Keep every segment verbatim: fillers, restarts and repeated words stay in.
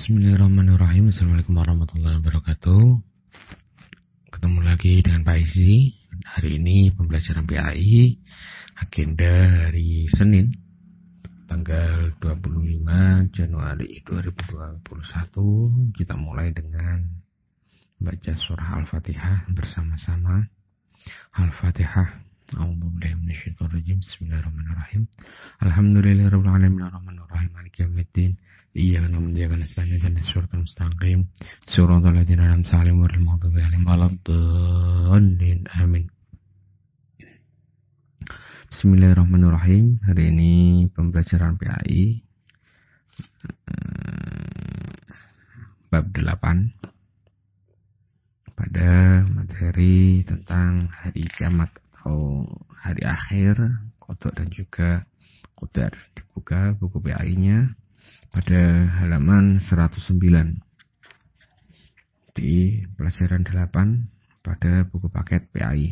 Bismillahirrahmanirrahim. Assalamualaikum warahmatullahi wabarakatuh. Ketemu lagi dengan Pak Izzi. Hari ini pembelajaran P A I, agenda hari Senin tanggal dua puluh lima Januari dua ribu dua puluh satu. Kita mulai dengan baca surah Al-Fatihah bersama-sama. Al-Fatihah. A'udzubillahi minasyaitonir rajim. Bismillahirrahmanirrahim. Alhamdulillahirabbil alamin arrahmanirrahim maliki yaumiddin. Iyyaka na'budu wa iyyaka nasta'in ihdinas siratal mustaqim siratal ladzina an'amta 'alaihim ghairil maghdubi 'alaihim waladdallin. Amin. Bismillahirrahmanirrahim. Hari ini pembelajaran P A I bab delapan pada materi tentang hari kiamat atau hari akhir, qada dan juga qadar. Dibuka buku P A I-nya pada halaman seratus sembilan di pelajaran delapan pada buku paket P A I.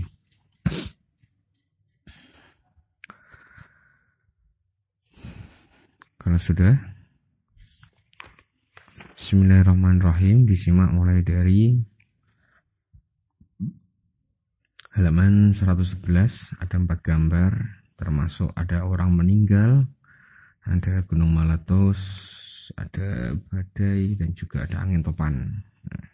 Kalau sudah, Bismillahirrahmanirrahim, disimak mulai dari halaman seratus sebelas. Ada empat gambar, termasuk ada orang meninggal, ada gunung meletus, ada badai, dan juga ada angin topan. Nah,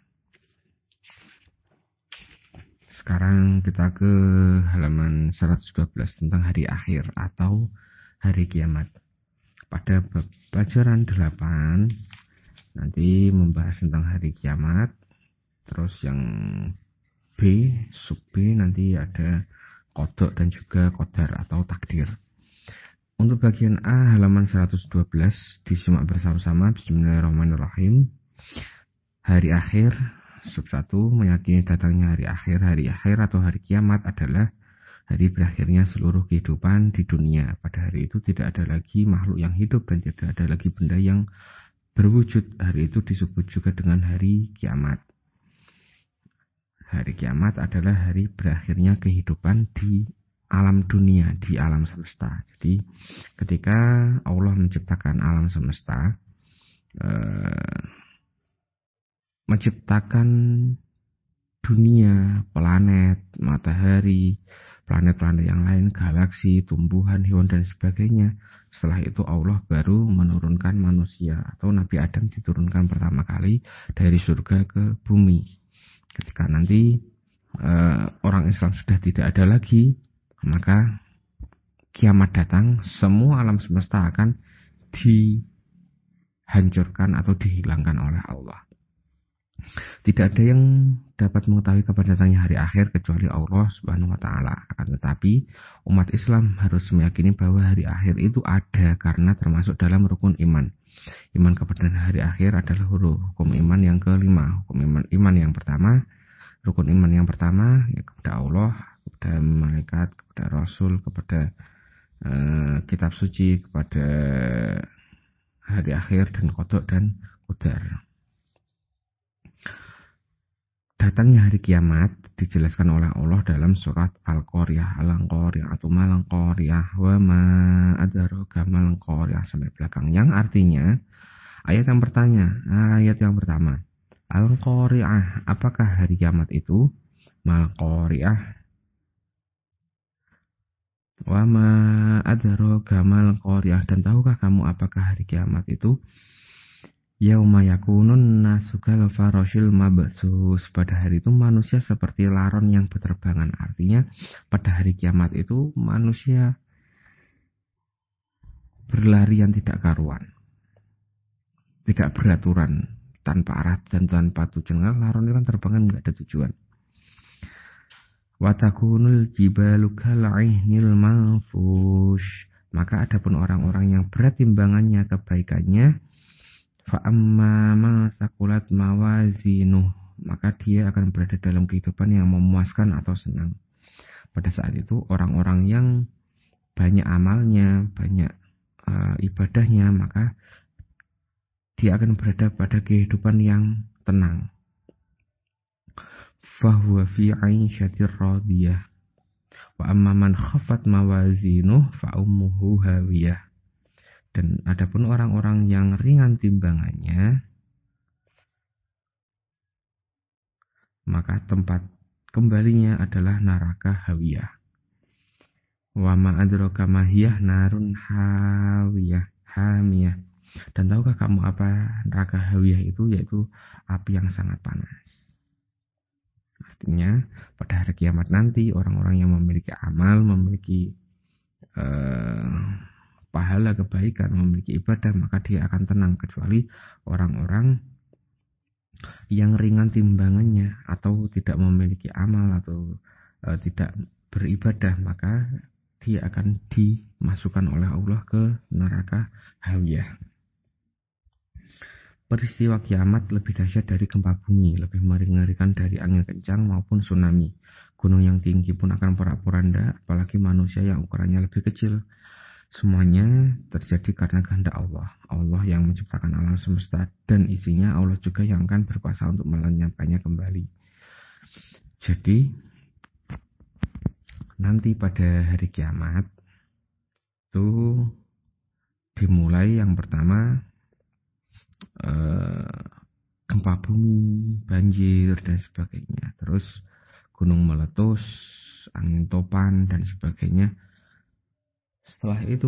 sekarang kita ke halaman seratus dua belas tentang hari akhir atau hari kiamat. Pada pelajaran delapan nanti membahas tentang hari kiamat. Terus yang B, sub B nanti ada qada dan juga qadar atau takdir. Untuk bagian A halaman seratus dua belas disimak bersama-sama. Bismillahirrahmanirrahim. Hari akhir sub satu, meyakini datangnya hari akhir. Hari akhir atau hari kiamat adalah hari berakhirnya seluruh kehidupan di dunia. Pada hari itu tidak ada lagi makhluk yang hidup dan tidak ada lagi benda yang berwujud. Hari itu disebut juga dengan hari kiamat. Hari kiamat adalah hari berakhirnya kehidupan di alam dunia, di alam semesta. Jadi ketika Allah menciptakan alam semesta, eh, menciptakan dunia, planet, matahari, planet-planet yang lain, galaksi, tumbuhan, hewan, dan sebagainya. Setelah itu Allah baru menurunkan manusia atau Nabi Adam diturunkan pertama kali dari surga ke bumi. Ketika nanti eh, orang Islam sudah tidak ada lagi, maka kiamat datang, semua alam semesta akan dihancurkan atau dihilangkan oleh Allah. Tidak ada yang dapat mengetahui kapan datangnya hari akhir kecuali Allah Subhanahu wa taala. Akan tetapi umat Islam harus meyakini bahwa hari akhir itu ada karena termasuk dalam rukun iman. Iman kepada hari akhir adalah hukum iman yang kelima. Hukum iman, iman yang pertama, rukun iman yang pertama ya, kepada Allah, kepada malaikat, kepada Rasul, kepada uh, kitab suci, kepada hari akhir dan qada dan qadar. Datangnya hari kiamat dijelaskan oleh Allah dalam surat Al-Qariyah, Al-Qariyah atau Mal-Qariyah, wa ma adraka mal-Qariyah sampai belakang. Yang artinya ayat yang pertanya, ayat yang pertama, Al-Qariyah, apakah hari kiamat itu? Mal-Qariyah, wa ma adraka mal-Qariyah, dan tahukah kamu apakah hari kiamat itu? Yauma yakunun nasu kal farashil mabsus, pada hari itu manusia seperti laron yang berterbangan. Artinya pada hari kiamat itu manusia berlari yang tidak karuan, tidak beraturan, tanpa arah dan tanpa tujuan. Laron itu kan terbangan nggak ada tujuan. Watakunul jibalu kal'ihnil manfush, maka adapun orang-orang yang berat timbangannya, kebaikannya, fa'amma ma sakulat mawazinuh, maka dia akan berada dalam kehidupan yang memuaskan atau senang. Pada saat itu orang-orang yang banyak amalnya, banyak uh, ibadahnya, maka dia akan berada pada kehidupan yang tenang. Fahuwa fi 'aisyatir radiyah. Wa amma man khaffat mawazinuh fa ummuhu hawiyah. Dan adapun orang-orang yang ringan timbangannya, maka tempat kembalinya adalah neraka hawiyah. Wa ma adraka ma hiyah narun hawiyah hamiyah. Dan tahukah kamu apa neraka hawiyah itu? Yaitu api yang sangat panas. Artinya pada hari kiamat nanti orang-orang yang memiliki amal, memiliki eh, pahala kebaikan, memiliki ibadah, maka dia akan tenang. Kecuali orang-orang yang ringan timbangannya atau tidak memiliki amal atau eh, tidak beribadah, maka dia akan dimasukkan oleh Allah ke neraka hawiyah. Peristiwa kiamat lebih dahsyat dari gempa bumi, lebih mengerikan dari angin kencang maupun tsunami. Gunung yang tinggi pun akan porak-poranda, apalagi manusia yang ukurannya lebih kecil. Semuanya terjadi karena kehendak Allah. Allah yang menciptakan alam semesta dan isinya, Allah juga yang akan berkuasa untuk melenyapkannya kembali. Jadi nanti pada hari kiamat itu dimulai yang pertama eh, gempa bumi, banjir dan sebagainya. Terus gunung meletus, angin topan dan sebagainya. Setelah itu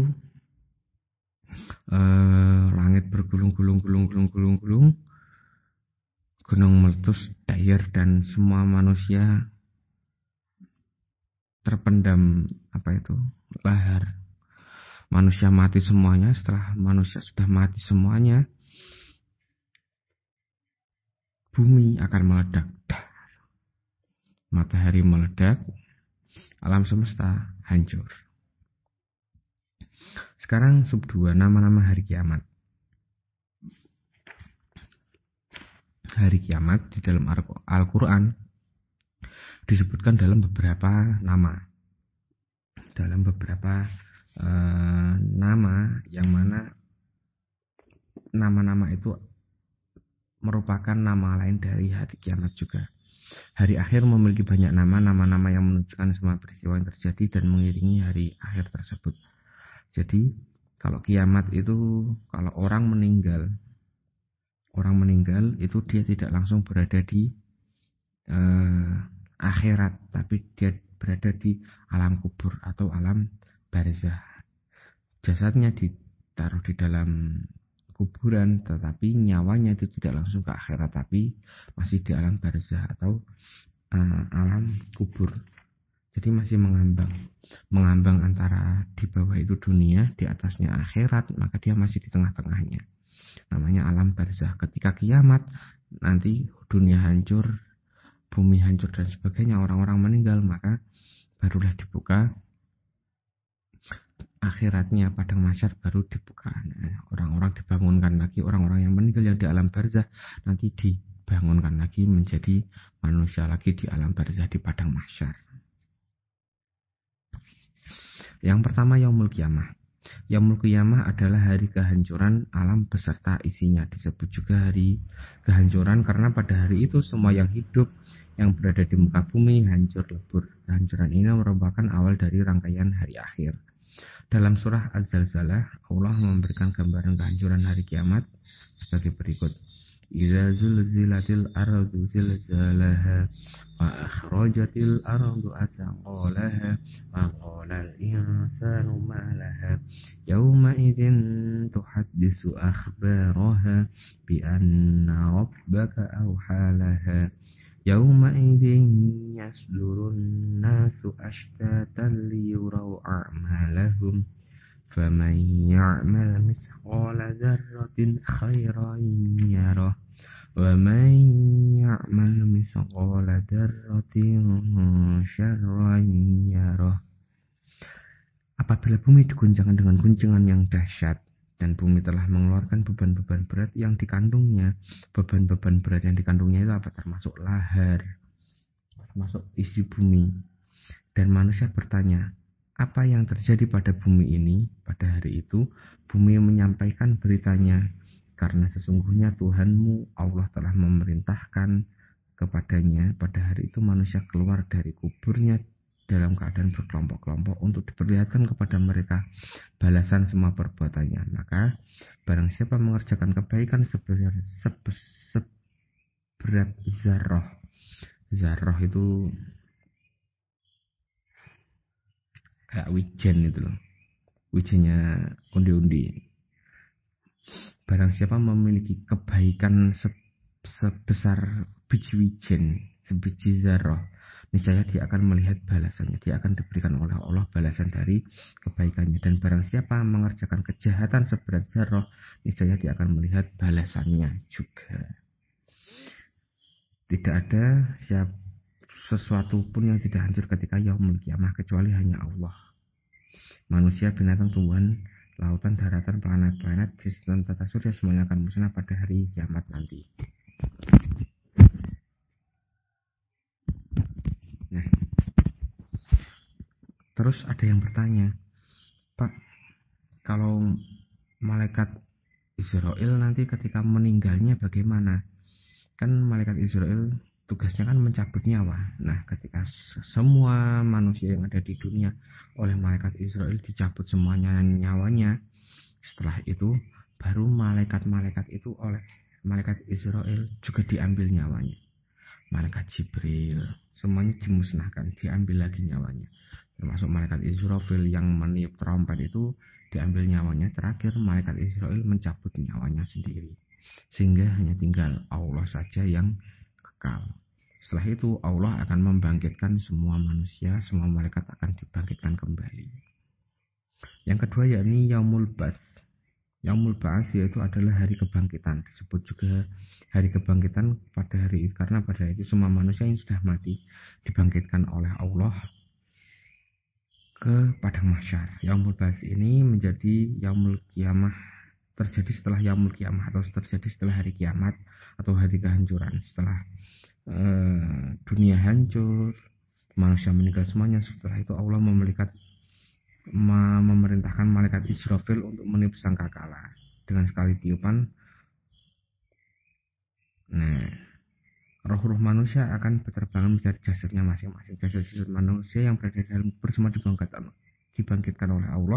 eh, langit bergulung-gulung-gulung-gulung-gulung-gulung, gunung meletus, air dan semua manusia terpendam apa itu lahar. Manusia mati semuanya. Setelah manusia sudah mati semuanya, bumi akan meledak. Matahari meledak, alam semesta hancur. Sekarang sub dua, nama-nama hari kiamat. Hari kiamat di dalam Al-Quran disebutkan dalam beberapa nama. Dalam beberapa eh, nama yang mana nama-nama itu merupakan nama lain dari hari kiamat juga. Hari akhir memiliki banyak nama, nama-nama yang menunjukkan semua peristiwa yang terjadi dan mengiringi hari akhir tersebut. Jadi kalau kiamat itu, kalau orang meninggal, orang meninggal itu dia tidak langsung berada di eh, akhirat, tapi dia berada di alam kubur atau alam barzah. Jasadnya ditaruh di dalam kuburan, tetapi nyawanya itu tidak langsung ke akhirat, tapi masih di alam barzah atau uh, alam kubur. Jadi masih mengambang, mengambang antara di bawah itu dunia, di atasnya akhirat, maka dia masih di tengah-tengahnya. Namanya alam barzah. Ketika kiamat, nanti dunia hancur, bumi hancur dan sebagainya, orang-orang meninggal, maka barulah dibuka akhiratnya, padang mahsyar baru dibuka. Nah, orang-orang dibangunkan lagi, orang-orang yang meninggal yang di alam barzah nanti dibangunkan lagi menjadi manusia lagi di alam barzah di padang mahsyar. Yang pertama yaumul qiyamah. Yaumul qiyamah adalah hari kehancuran alam beserta isinya. Disebut juga hari kehancuran karena pada hari itu semua yang hidup yang berada di muka bumi hancur lebur. Kehancuran ini merupakan awal dari rangkaian hari akhir. Dalam surah Az-Zalzalah, Allah memberikan gambaran kehancuran hari kiamat sebagai berikut. Idza zulzilatil ardu zilzalaha wa akhrajatil ardu athqalaha wa qala al-insanu ma laha yawma idzin tuhaddisu akhbaraha bi anna rabbaka awhalaha yawma idzin yasdurun nasu ashtatan liyuraw a'malahum faman ya'mal mithqala dzarratin khairan yarah wa man ya'mal mithqala dzarratin syarran yarah. Apabila bumi diguncangkan dengan guncangan yang dahsyat dan bumi telah mengeluarkan beban-beban berat yang dikandungnya, beban-beban berat yang dikandungnya itu apa? Termasuk lahar, termasuk isi bumi. Dan manusia bertanya, apa yang terjadi pada bumi ini? Pada hari itu, bumi menyampaikan beritanya, karena sesungguhnya Tuhanmu Allah telah memerintahkan kepadanya. Pada hari itu manusia keluar dari kuburnya dalam keadaan berkelompok-kelompok untuk diperlihatkan kepada mereka balasan semua perbuatannya. Maka barang siapa mengerjakan kebaikan seberat, seberat zarrah. Zarroh itu kayak wijen itu loh. Wijennya undi-undi. Barang siapa memiliki kebaikan se sebesar biji wijen, sebiji zarroh, niscaya dia akan melihat balasannya. Dia akan diberikan oleh Allah balasan dari kebaikannya. Dan barang siapa mengerjakan kejahatan seberat zarroh, niscaya dia akan melihat balasannya juga. Tidak ada siapa sesuatu pun yang tidak hancur ketika yaumul kiamah kecuali hanya Allah. Manusia, binatang, tumbuhan, lautan, daratan, planet-planet, sistem tata surya semuanya akan musnah pada hari kiamat nanti. Nah, terus ada yang bertanya, Pak, kalau malaikat Israel nanti ketika meninggalnya bagaimana? Kan malaikat Israel tugasnya kan mencabut nyawa. Nah, ketika semua manusia yang ada di dunia oleh malaikat Israel dicabut semuanya nyawanya, setelah itu baru malaikat-malaikat itu oleh malaikat Israel juga diambil nyawanya. Malaikat Jibril semuanya dimusnahkan, diambil lagi nyawanya. Termasuk malaikat Israfil yang meniup trompet itu diambil nyawanya. Terakhir malaikat Israel mencabut nyawanya sendiri, sehingga hanya tinggal Allah saja yang kekal. Setelah itu Allah akan membangkitkan semua manusia, semua malaikat akan dibangkitkan kembali. Yang kedua yakni Yaumul Bats. Yaumul Bats yaitu adalah hari kebangkitan. Disebut juga hari kebangkitan pada hari itu karena pada itu semua manusia yang sudah mati dibangkitkan oleh Allah ke padang mahsyar. Yaumul Bats ini menjadi Yaumul Kiamah, terjadi setelah Yaumul Kiamah atau terjadi setelah hari kiamat atau hari kehancuran. Setelah Uh, dunia hancur, manusia meninggal semuanya. Setelah itu Allah memelikat, memerintahkan malaikat Israfil untuk meniup sangkakala dengan sekali tiupan. Nah, roh-roh manusia akan berterbangan mencari jasadnya masing-masing. Jasad-jasad manusia yang berada dalam kubur semua dibangkitkan, dibangkitkan oleh Allah.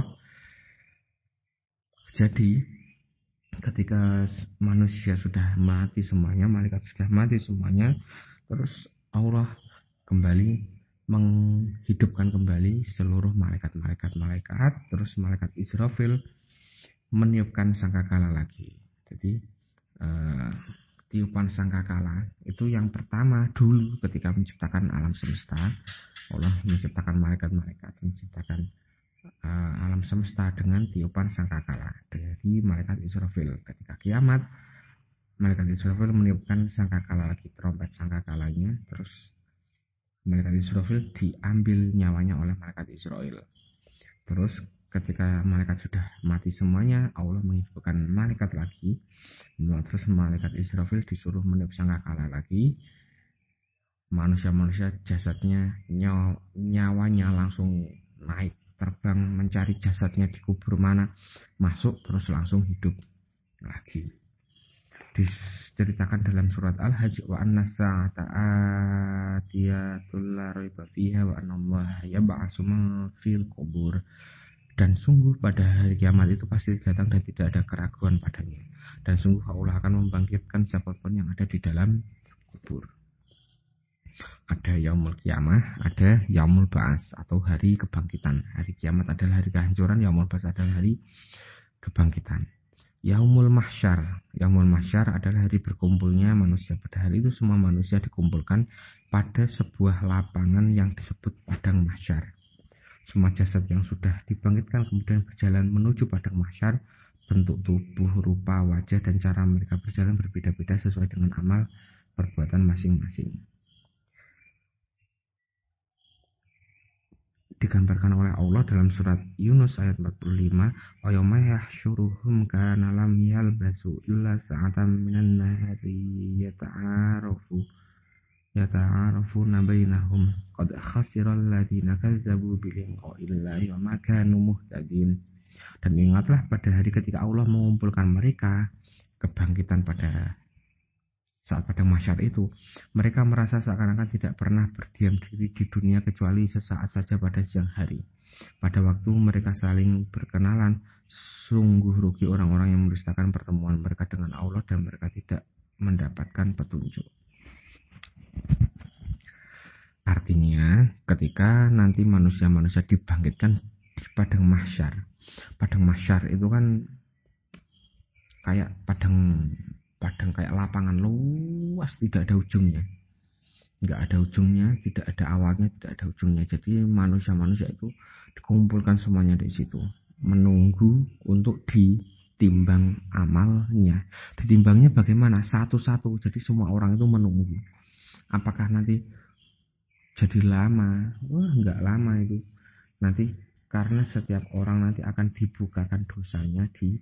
Jadi ketika manusia sudah mati semuanya, malaikat sudah mati semuanya, terus Allah kembali menghidupkan kembali seluruh malaikat-malaikat malaikat, terus malaikat Israfil meniupkan sangkakala lagi. Jadi eh, tiupan sangkakala itu yang pertama dulu ketika menciptakan alam semesta. Allah menciptakan malaikat-malaikat, menciptakan Uh, alam semesta dengan tiupan sangkakala dari malaikat Israfil. Ketika kiamat, malaikat Israfil meniupkan sangkakala lagi, trompet sangkakalanya, terus malaikat Israfil diambil nyawanya oleh malaikat Israel. Terus ketika malaikat sudah mati semuanya, Allah menghidupkan malaikat lagi, terus malaikat Israfil disuruh meniup sangkakala lagi. Manusia-manusia jasadnya, nyaw, nyawanya langsung naik terbang mencari jasadnya di kubur mana, masuk terus langsung hidup lagi. Diceritakan dalam surat Al-Hajj, wa anna sa'ata atiyatul la raiba fiha wa anna Allah yab'atsu man fil qubur. Dan sungguh pada hari kiamat itu pasti datang dan tidak ada keraguan padanya. Dan sungguh Allah akan membangkitkan siapapun yang ada di dalam kubur. Ada Yaumul Kiamah, ada Yaumul Ba'ats atau hari kebangkitan. Hari kiamat adalah hari kehancuran, Yaumul Ba'ats adalah hari kebangkitan. Yaumul Mahsyar, Yaumul Mahsyar adalah hari berkumpulnya manusia. Pada hari itu semua manusia dikumpulkan pada sebuah lapangan yang disebut padang mahsyar. Semua jasad yang sudah dibangkitkan kemudian berjalan menuju padang mahsyar. Bentuk tubuh, rupa, wajah, dan cara mereka berjalan berbeda-beda sesuai dengan amal perbuatan masing-masing. Digambarkan oleh Allah dalam surat Yunus ayat empat puluh lima, wa yauma yahsyuruhum kana lam yalbasu illa sa'atan minan nahari yata'arafu yata'arafuna bainahum qad khasiral ladzina kazzabu bi liqa'illahi wa ma kanu muhtadin. Dan ingatlah pada hari ketika Allah mengumpulkan mereka, kebangkitan pada saat padang mahsyar itu, mereka merasa seakan-akan tidak pernah berdiam diri di dunia kecuali sesaat saja pada siang hari. Pada waktu mereka saling berkenalan, sungguh rugi orang-orang yang mendustakan pertemuan mereka dengan Allah dan mereka tidak mendapatkan petunjuk. Artinya ketika nanti manusia-manusia dibangkitkan di padang mahsyar. Padang mahsyar itu kan kayak padang padang kayak lapangan luas, tidak ada ujungnya. Enggak ada ujungnya, tidak ada awalnya, tidak ada ujungnya. Jadi manusia-manusia itu dikumpulkan semuanya di situ, menunggu untuk ditimbang amalnya. Ditimbangnya bagaimana? Satu-satu. Jadi semua orang itu menunggu. Apakah nanti jadi lama? Wah, enggak lama itu. Nanti karena setiap orang nanti akan dibukakan dosanya di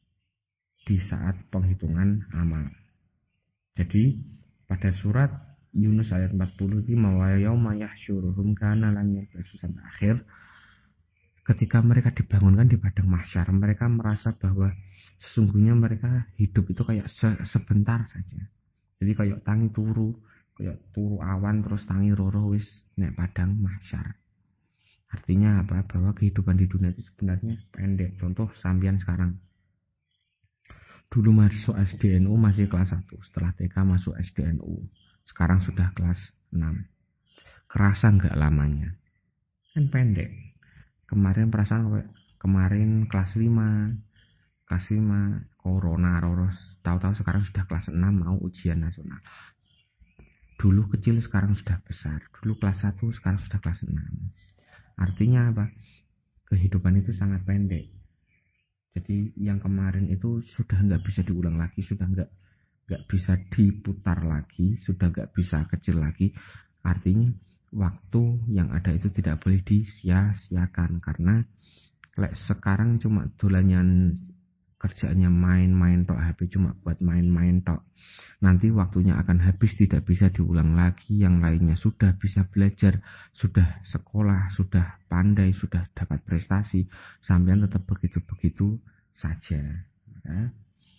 di saat penghitungan amal. Jadi pada surat Yunus ayat empat puluh lima wa yauma yahsyuruhum kana lam yalbasu sampai akhir, ketika mereka dibangunkan di padang mahsyar, mereka merasa bahwa sesungguhnya mereka hidup itu kayak se- sebentar saja. Jadi kayak tangi turu, kayak turu awan terus tangi roro wis nek padang mahsyar. Artinya apa? Bahwa kehidupan di dunia itu sebenarnya pendek. Contoh sambian sekarang. Dulu masuk S D N U masih kelas satu, setelah T K masuk S D N U. Sekarang sudah kelas enam. Kerasa enggak lamanya? Kan pendek. Kemarin perasaan kemarin kelas lima. Kelas lima corona roros. Tahu-tahu sekarang sudah kelas enam mau ujian nasional. Dulu kecil sekarang sudah besar. Dulu kelas satu sekarang sudah kelas enam. Artinya apa? Kehidupan itu sangat pendek. Jadi yang kemarin itu sudah nggak bisa diulang lagi, sudah nggak nggak bisa diputar lagi, sudah nggak bisa kecil lagi. Artinya waktu yang ada itu tidak boleh disia-siakan, karena lek sekarang cuma dolannya kerjaannya main-main tok, H P cuma buat main-main tok. Nanti waktunya akan habis, tidak bisa diulang lagi. Yang lainnya sudah bisa belajar, sudah sekolah, sudah pandai, sudah dapat prestasi, sampean tetap begitu-begitu saja. Ya.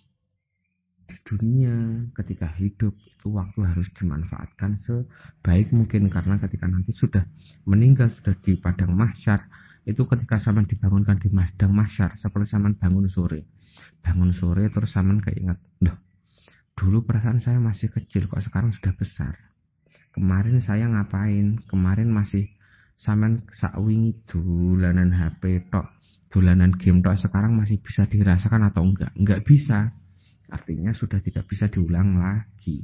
Di dunia ketika hidup itu waktu harus dimanfaatkan sebaik mungkin, karena ketika nanti sudah meninggal, sudah di padang mahsyar, itu ketika sampean dibangunkan di padang mahsyar seperti sampean bangun sore. Bangun sore terus sampean keinget, loh, dulu perasaan saya masih kecil kok sekarang sudah besar. Kemarin saya ngapain? Kemarin masih sampean sakwingi dolanan H P tok, dolanan game tok, sekarang masih bisa dirasakan atau enggak? Enggak bisa. Artinya sudah tidak bisa diulang lagi.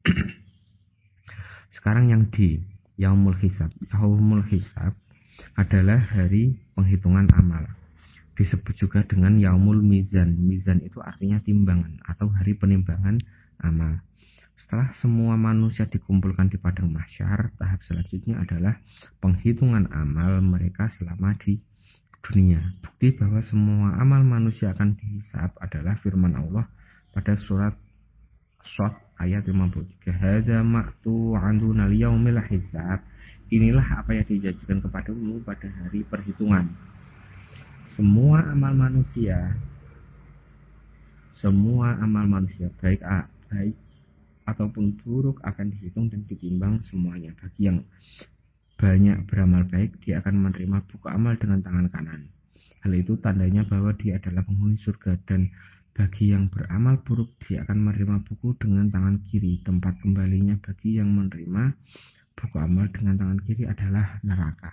Sekarang yang di Yaumul Hisab. Yaumul Hisab adalah hari penghitungan amal. Disebut juga dengan Yaumul Mizan. Mizan itu artinya timbangan atau hari penimbangan amal. Setelah semua manusia dikumpulkan di padang mahsyar, tahap selanjutnya adalah penghitungan amal mereka selama di dunia. Bukti bahwa semua amal manusia akan dihisab adalah firman Allah pada surat Shad ayat lima puluh tiga. Hadza ma'tu'aduna liyaumil hisab. Inilah apa yang dijanjikan kepadamu pada hari perhitungan. Semua amal manusia, semua amal manusia baik baik ataupun buruk akan dihitung dan ditimbang semuanya. Bagi yang banyak beramal baik, dia akan menerima buku amal dengan tangan kanan. Hal itu tandanya bahwa dia adalah penghuni surga, dan bagi yang beramal buruk, dia akan menerima buku dengan tangan kiri. Tempat kembalinya bagi yang menerima buku amal dengan tangan kiri adalah neraka.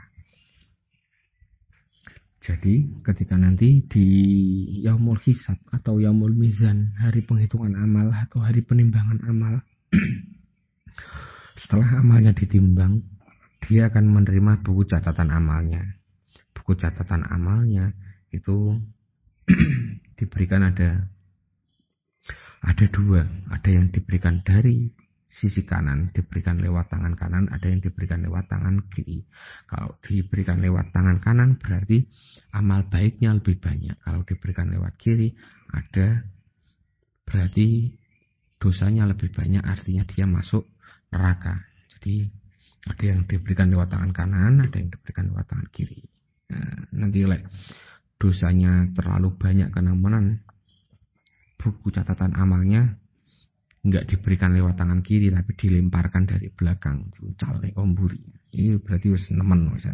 Jadi ketika nanti di Yaumul Hisab atau Yaumul Mizan, hari penghitungan amal atau hari penimbangan amal, setelah amalnya ditimbang, dia akan menerima buku catatan amalnya. Buku catatan amalnya itu diberikan ada ada dua, ada yang diberikan dari sisi kanan, diberikan lewat tangan kanan, ada yang diberikan lewat tangan kiri. Kalau diberikan lewat tangan kanan berarti amal baiknya lebih banyak. Kalau diberikan lewat kiri ada berarti dosanya lebih banyak, artinya dia masuk neraka. Jadi ada yang diberikan lewat tangan kanan, ada yang diberikan lewat tangan kiri. Nah, nanti like, dosanya terlalu banyak karena menan buku catatan amalnya nggak diberikan lewat tangan kiri, tapi dilemparkan dari belakang, calek omburi. Ini berarti wis nemen wisan.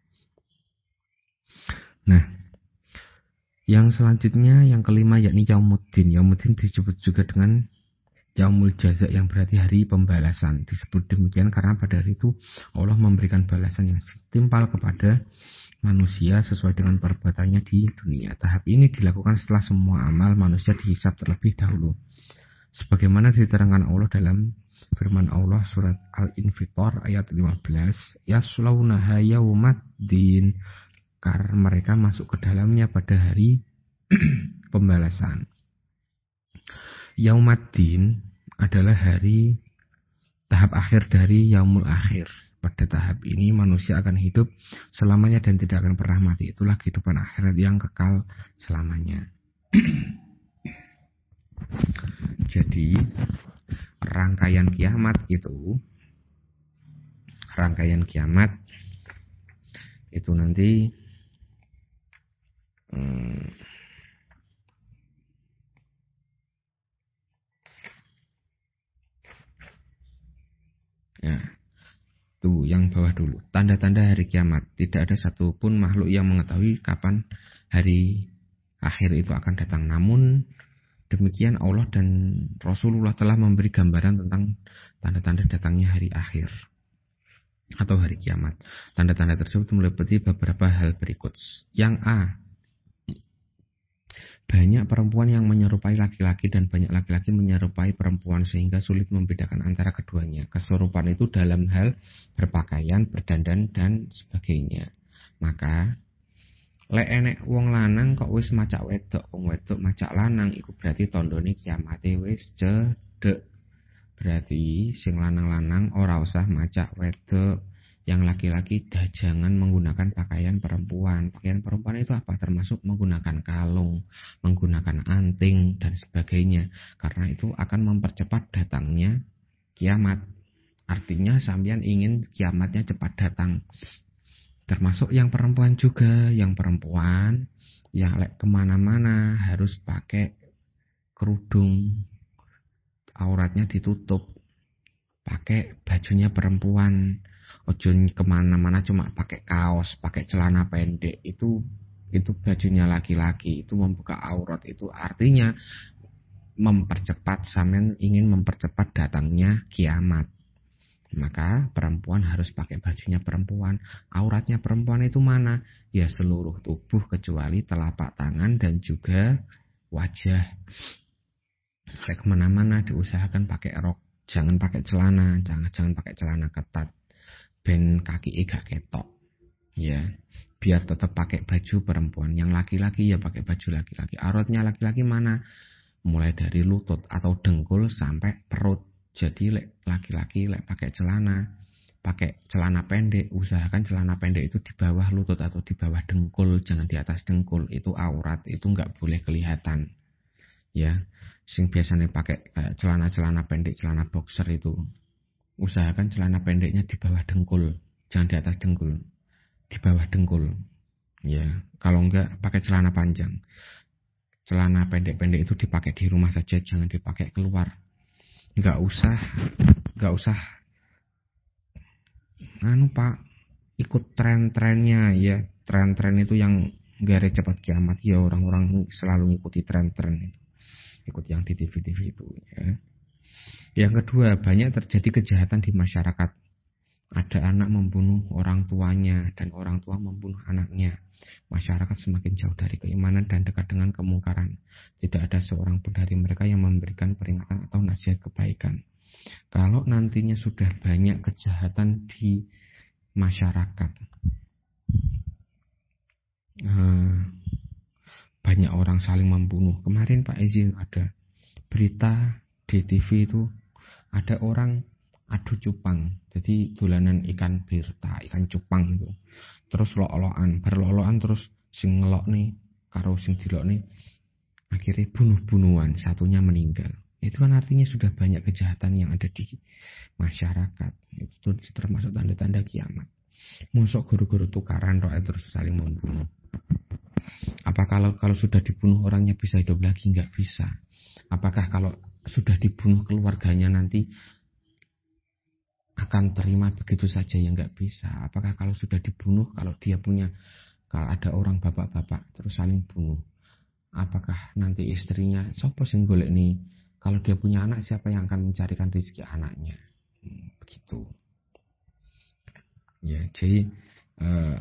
Nah, yang selanjutnya yang kelima yakni Yaumuddin. Yaumuddin disebut juga dengan Yaumul jaza yang berarti hari pembalasan. Disebut demikian karena pada hari itu Allah memberikan balasan yang setimpal kepada manusia sesuai dengan perbuatannya di dunia. Tahap ini dilakukan setelah semua amal manusia dihisab terlebih dahulu. Sebagaimana diterangkan Allah dalam firman Allah surat Al-Infitor ayat lima belas, yaslaunaha yaumaddin, karena mereka masuk ke dalamnya pada hari pembalasan. Yaumaddin adalah hari tahap akhir dari yaumul akhir. Pada tahap ini manusia akan hidup selamanya dan tidak akan pernah mati. Itulah kehidupan akhirat yang kekal selamanya. Jadi rangkaian kiamat itu rangkaian kiamat itu nanti hmm, ya, tuh yang bawah dulu. Tanda-tanda hari kiamat. Tidak ada satupun makhluk yang mengetahui kapan hari akhir itu akan datang. Namun demikian Allah dan Rasulullah telah memberi gambaran tentang tanda-tanda datangnya hari akhir atau hari kiamat. Tanda-tanda tersebut meliputi beberapa hal berikut. Yang A, banyak perempuan yang menyerupai laki-laki dan banyak laki-laki menyerupai perempuan sehingga sulit membedakan antara keduanya. Keserupan itu dalam hal berpakaian, berdandan dan sebagainya. Maka lek enek wong lanang kok wis macak wedok, wong wedok macak lanang, iku berarti tandane kiamate wis cedhek. Berarti sing lanang-lanang ora usah macak wedok. Yang laki-laki dah jangan menggunakan pakaian perempuan. Pakaian perempuan itu apa? Termasuk menggunakan kalung, menggunakan anting dan sebagainya. Karena itu akan mempercepat datangnya kiamat. Artinya sampean ingin kiamatnya cepat datang. Termasuk yang perempuan juga. Yang perempuan yang lek kemana-mana harus pakai kerudung, auratnya ditutup, pakai bajunya perempuan. Ojo kemana-mana cuma pakai kaos, pakai celana pendek. Itu itu bajunya laki-laki, itu membuka aurat. Itu artinya mempercepat, sampean ingin mempercepat datangnya kiamat. Maka perempuan harus pakai bajunya perempuan. Auratnya perempuan itu mana? Ya seluruh tubuh kecuali telapak tangan dan juga wajah. Kayak kemana-mana diusahakan pakai rok, jangan pakai celana, jangan jangan pakai celana ketat. Ben kaki gak ketok, ya. Biar tetap pakai baju perempuan. Yang laki-laki ya pakai baju laki-laki. Auratnya laki-laki mana? Mulai dari lutut atau dengkul sampai perut. Jadi lek laki-laki lek pakai celana, pakai celana pendek, usahakan celana pendek itu di bawah lutut atau di bawah dengkul, jangan di atas dengkul. Itu aurat, itu nggak boleh kelihatan. Ya, sing biasanya pakai kayak celana-celana pendek, celana boxer itu, usahakan celana pendeknya di bawah dengkul, jangan di atas dengkul, di bawah dengkul. Ya, kalau enggak pakai celana panjang. Celana pendek-pendek itu dipakai di rumah saja, jangan dipakai keluar. Enggak usah, enggak usah. Anu Pak, ikut tren-trennya ya. Tren-tren itu yang gare cepat kiamat ya, orang-orang selalu ngikuti tren-tren itu. Ikut yang di T V-T V itu ya. Yang kedua, banyak terjadi kejahatan di masyarakat. Ada anak membunuh orang tuanya dan orang tua membunuh anaknya. Masyarakat semakin jauh dari keimanan dan dekat dengan kemungkaran. Tidak ada seorang pun dari mereka yang memberikan peringatan atau nasihat kebaikan. Kalau nantinya sudah banyak kejahatan di masyarakat, banyak orang saling membunuh. Kemarin Pak Ezi ada berita di T V itu, ada orang adu cupang. Jadi dolanan ikan birta, ikan cupang itu. Terus lok-lokan, berlok-lokan terus sing ngelok nih karo sing dilok nih akhirnya bunuh-bunuhan, satunya meninggal. Itu kan artinya sudah banyak kejahatan yang ada di masyarakat. Itu termasuk tanda-tanda kiamat. Mosok guru-guru tukaran roh terus saling membunuh. Apa kalau kalau sudah dibunuh orangnya bisa hidup lagi? Enggak bisa. Apakah kalau sudah dibunuh keluarganya nanti akan terima begitu saja? Ya enggak bisa. Apakah kalau sudah dibunuh, kalau dia punya, kalau ada orang bapak-bapak terus saling bunuh, apakah nanti istrinya sopo sing golek nih Kalau dia punya anak, siapa yang akan mencarikan rezeki anaknya? Hmm, begitu. Ya, jadi eh,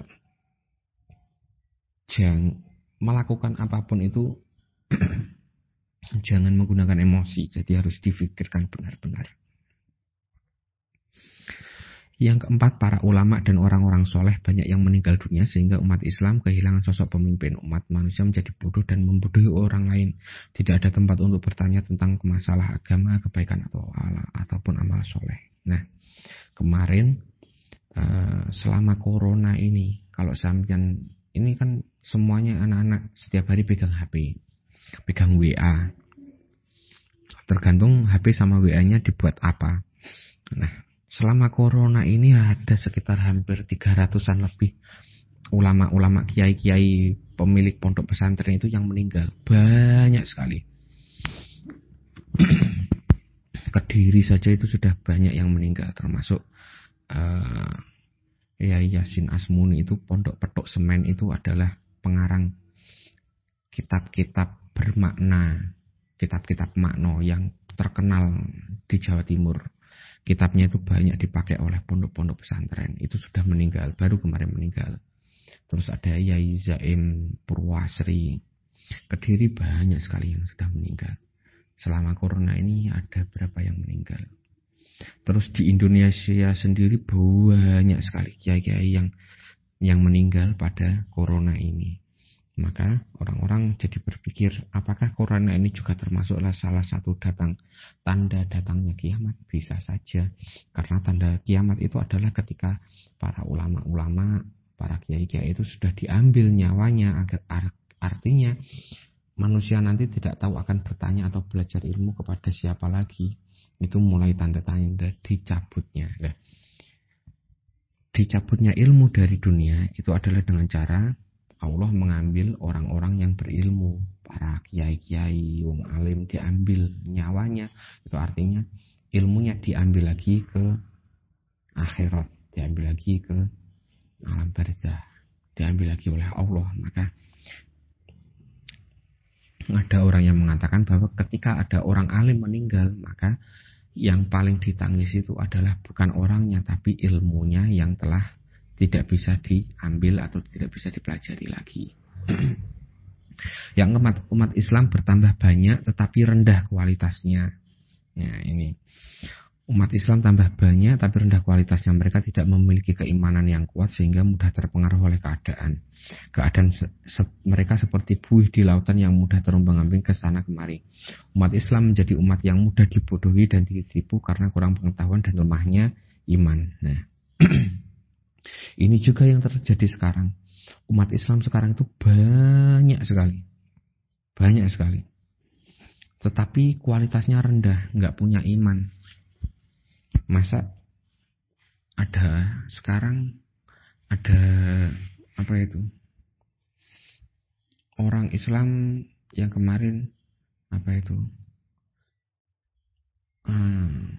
jangan melakukan apapun itu jangan menggunakan emosi. Jadi harus difikirkan benar-benar. Yang keempat, para ulama dan orang-orang soleh banyak yang meninggal dunia sehingga umat Islam kehilangan sosok pemimpin. Umat manusia menjadi bodoh dan membodohi orang lain. Tidak ada tempat untuk bertanya tentang masalah agama, kebaikan atau ala, ataupun amal soleh. Nah, kemarin uh, selama corona ini, kalau sampean ini kan semuanya anak-anak setiap hari pegang H P, pegang W A. Tergantung H P sama W A-nya dibuat apa. Nah, selama corona ini ada sekitar hampir tiga ratusan lebih ulama-ulama, kiai-kiai, pemilik pondok pesantren itu yang meninggal. Banyak sekali. Kediri saja itu sudah banyak yang meninggal, termasuk uh, Yai Yasin Asmuni itu pondok petok semen itu adalah pengarang kitab-kitab bermakna, kitab-kitab makna yang terkenal di Jawa Timur. Kitabnya itu banyak dipakai oleh pondok-pondok pesantren. Itu sudah meninggal, baru kemarin meninggal. Terus ada Yai Zaim Purwasri. Kediri banyak sekali yang sudah meninggal. Selama corona ini ada berapa yang meninggal. Terus di Indonesia sendiri banyak sekali kiai-kiai yang yang meninggal pada corona ini. Maka orang-orang jadi berpikir, apakah corona ini juga termasuklah salah satu datang tanda datangnya kiamat? Bisa saja, karena tanda kiamat itu adalah ketika para ulama-ulama, para kiai-kiai itu sudah diambil nyawanya. Agar artinya manusia nanti tidak tahu akan bertanya atau belajar ilmu kepada siapa lagi. Itu mulai tanda-tanda dicabutnya. Nah, dicabutnya ilmu dari dunia itu adalah dengan cara Allah mengambil orang-orang yang berilmu, para kiai-kiai, wong alim diambil nyawanya. Itu artinya ilmunya diambil lagi ke akhirat, diambil lagi ke alam barzah, diambil lagi oleh Allah. Maka ada orang yang mengatakan bahwa ketika ada orang alim meninggal, maka yang paling ditangis itu adalah bukan orangnya, tapi ilmunya yang telah tidak bisa diambil atau tidak bisa dipelajari lagi. Yang umat, umat Islam bertambah banyak tetapi rendah kualitasnya. Ya, ini umat Islam tambah banyak tapi rendah kualitasnya. Mereka tidak memiliki keimanan yang kuat sehingga mudah terpengaruh oleh keadaan. Keadaan se- se- mereka seperti buih di lautan yang mudah terombang-ambing ke sana kemari. Umat Islam menjadi umat yang mudah dibodohi dan ditipu karena kurang pengetahuan dan lemahnya iman. Nah, ini juga yang terjadi sekarang. Umat Islam sekarang itu banyak sekali. Banyak sekali. Tetapi kualitasnya rendah, nggak punya iman. Masa ada sekarang ada apa itu? Orang Islam yang kemarin apa itu? Hmm,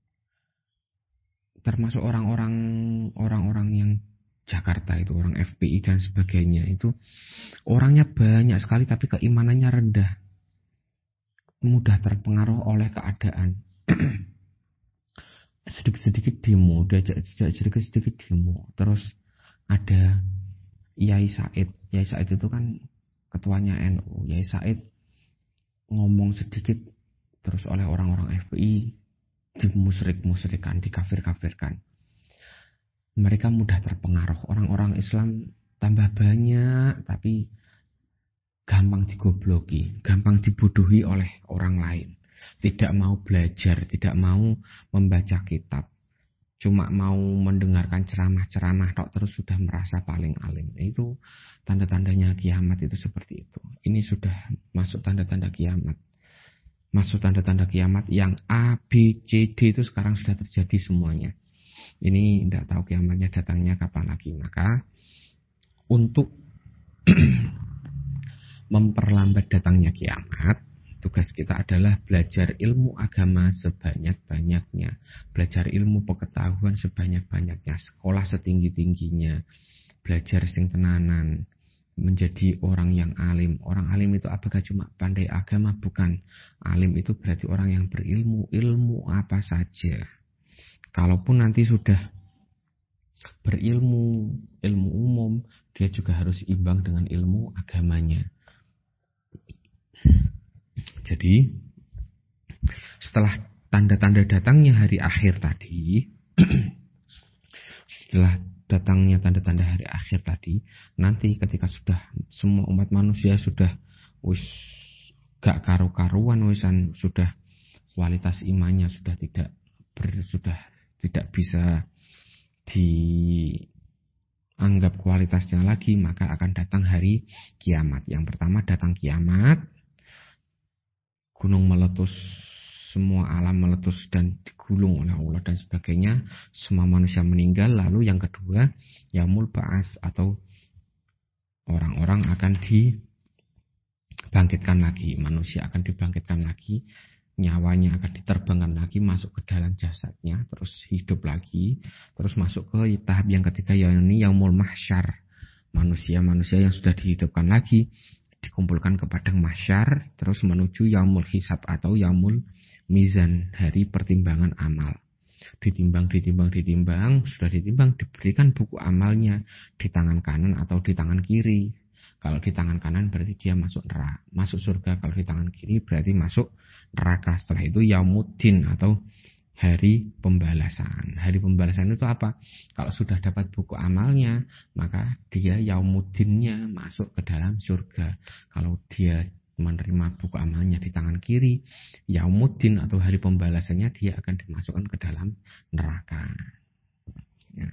termasuk orang-orang orang-orang yang Jakarta itu, orang F P I dan sebagainya, itu orangnya banyak sekali tapi keimanannya rendah, mudah terpengaruh oleh keadaan. Sedikit-sedikit demo, diajak sedikit-sedikit demo. Terus ada Yai Said. Yai Said itu kan ketuanya N U. Yai Said ngomong sedikit terus oleh orang-orang F P I dimusrik-musrikan, dikafir-kafirkan. Mereka mudah terpengaruh. Orang-orang Islam tambah banyak tapi gampang digobloki, gampang dibodohi oleh orang lain. Tidak mau belajar, tidak mau membaca kitab, cuma mau mendengarkan ceramah-ceramah tok terus sudah merasa paling alim. Itu tanda-tandanya kiamat itu seperti itu. Ini sudah masuk tanda-tanda kiamat. Masuk tanda-tanda kiamat yang A, B, C, D itu sekarang sudah terjadi semuanya. Ini tidak tahu kiamatnya datangnya kapan lagi. Maka untuk memperlambat datangnya kiamat, tugas kita adalah belajar ilmu agama sebanyak-banyaknya, belajar ilmu pengetahuan sebanyak-banyaknya, sekolah setinggi-tingginya, belajar sing tenanan, menjadi orang yang alim. Orang alim itu apakah cuma pandai agama? Bukan. Alim itu berarti orang yang berilmu, ilmu apa saja. Kalaupun nanti sudah berilmu, ilmu umum, dia juga harus imbang dengan ilmu agamanya. Jadi, setelah tanda-tanda datangnya hari akhir tadi, setelah datangnya tanda-tanda hari akhir tadi, nanti ketika sudah semua umat manusia sudah wis gak karu-karuan, wisan sudah kualitas imannya sudah tidak ber, sudah tidak bisa dianggap kualitasnya lagi, maka akan datang hari kiamat. Yang pertama datang kiamat, gunung meletus, semua alam meletus dan digulung oleh Allah dan sebagainya, semua manusia meninggal. Lalu yang kedua, yaumul ba'ats, atau orang-orang akan dibangkitkan lagi, manusia akan dibangkitkan lagi, nyawanya akan diterbangkan lagi masuk ke dalam jasadnya, terus hidup lagi, terus masuk ke tahap yang ketiga, yakni yaumul mahsyar, manusia-manusia yang sudah dihidupkan lagi dikumpulkan ke padang mahsyar, terus menuju yaumul hisab atau yaumul mizan, hari pertimbangan amal. Ditimbang, ditimbang, ditimbang, sudah ditimbang, diberikan buku amalnya di tangan kanan atau di tangan kiri. Kalau di tangan kanan berarti dia masuk neraka, masuk surga. Kalau di tangan kiri berarti masuk neraka. Setelah itu yaumuddin atau hari pembalasan. Hari pembalasan itu apa? Kalau sudah dapat buku amalnya, maka dia yaumuddinnya masuk ke dalam surga. Kalau dia menerima buku amalnya di tangan kiri, yaumuddin atau hari pembalasannya, dia akan dimasukkan ke dalam neraka. Ya.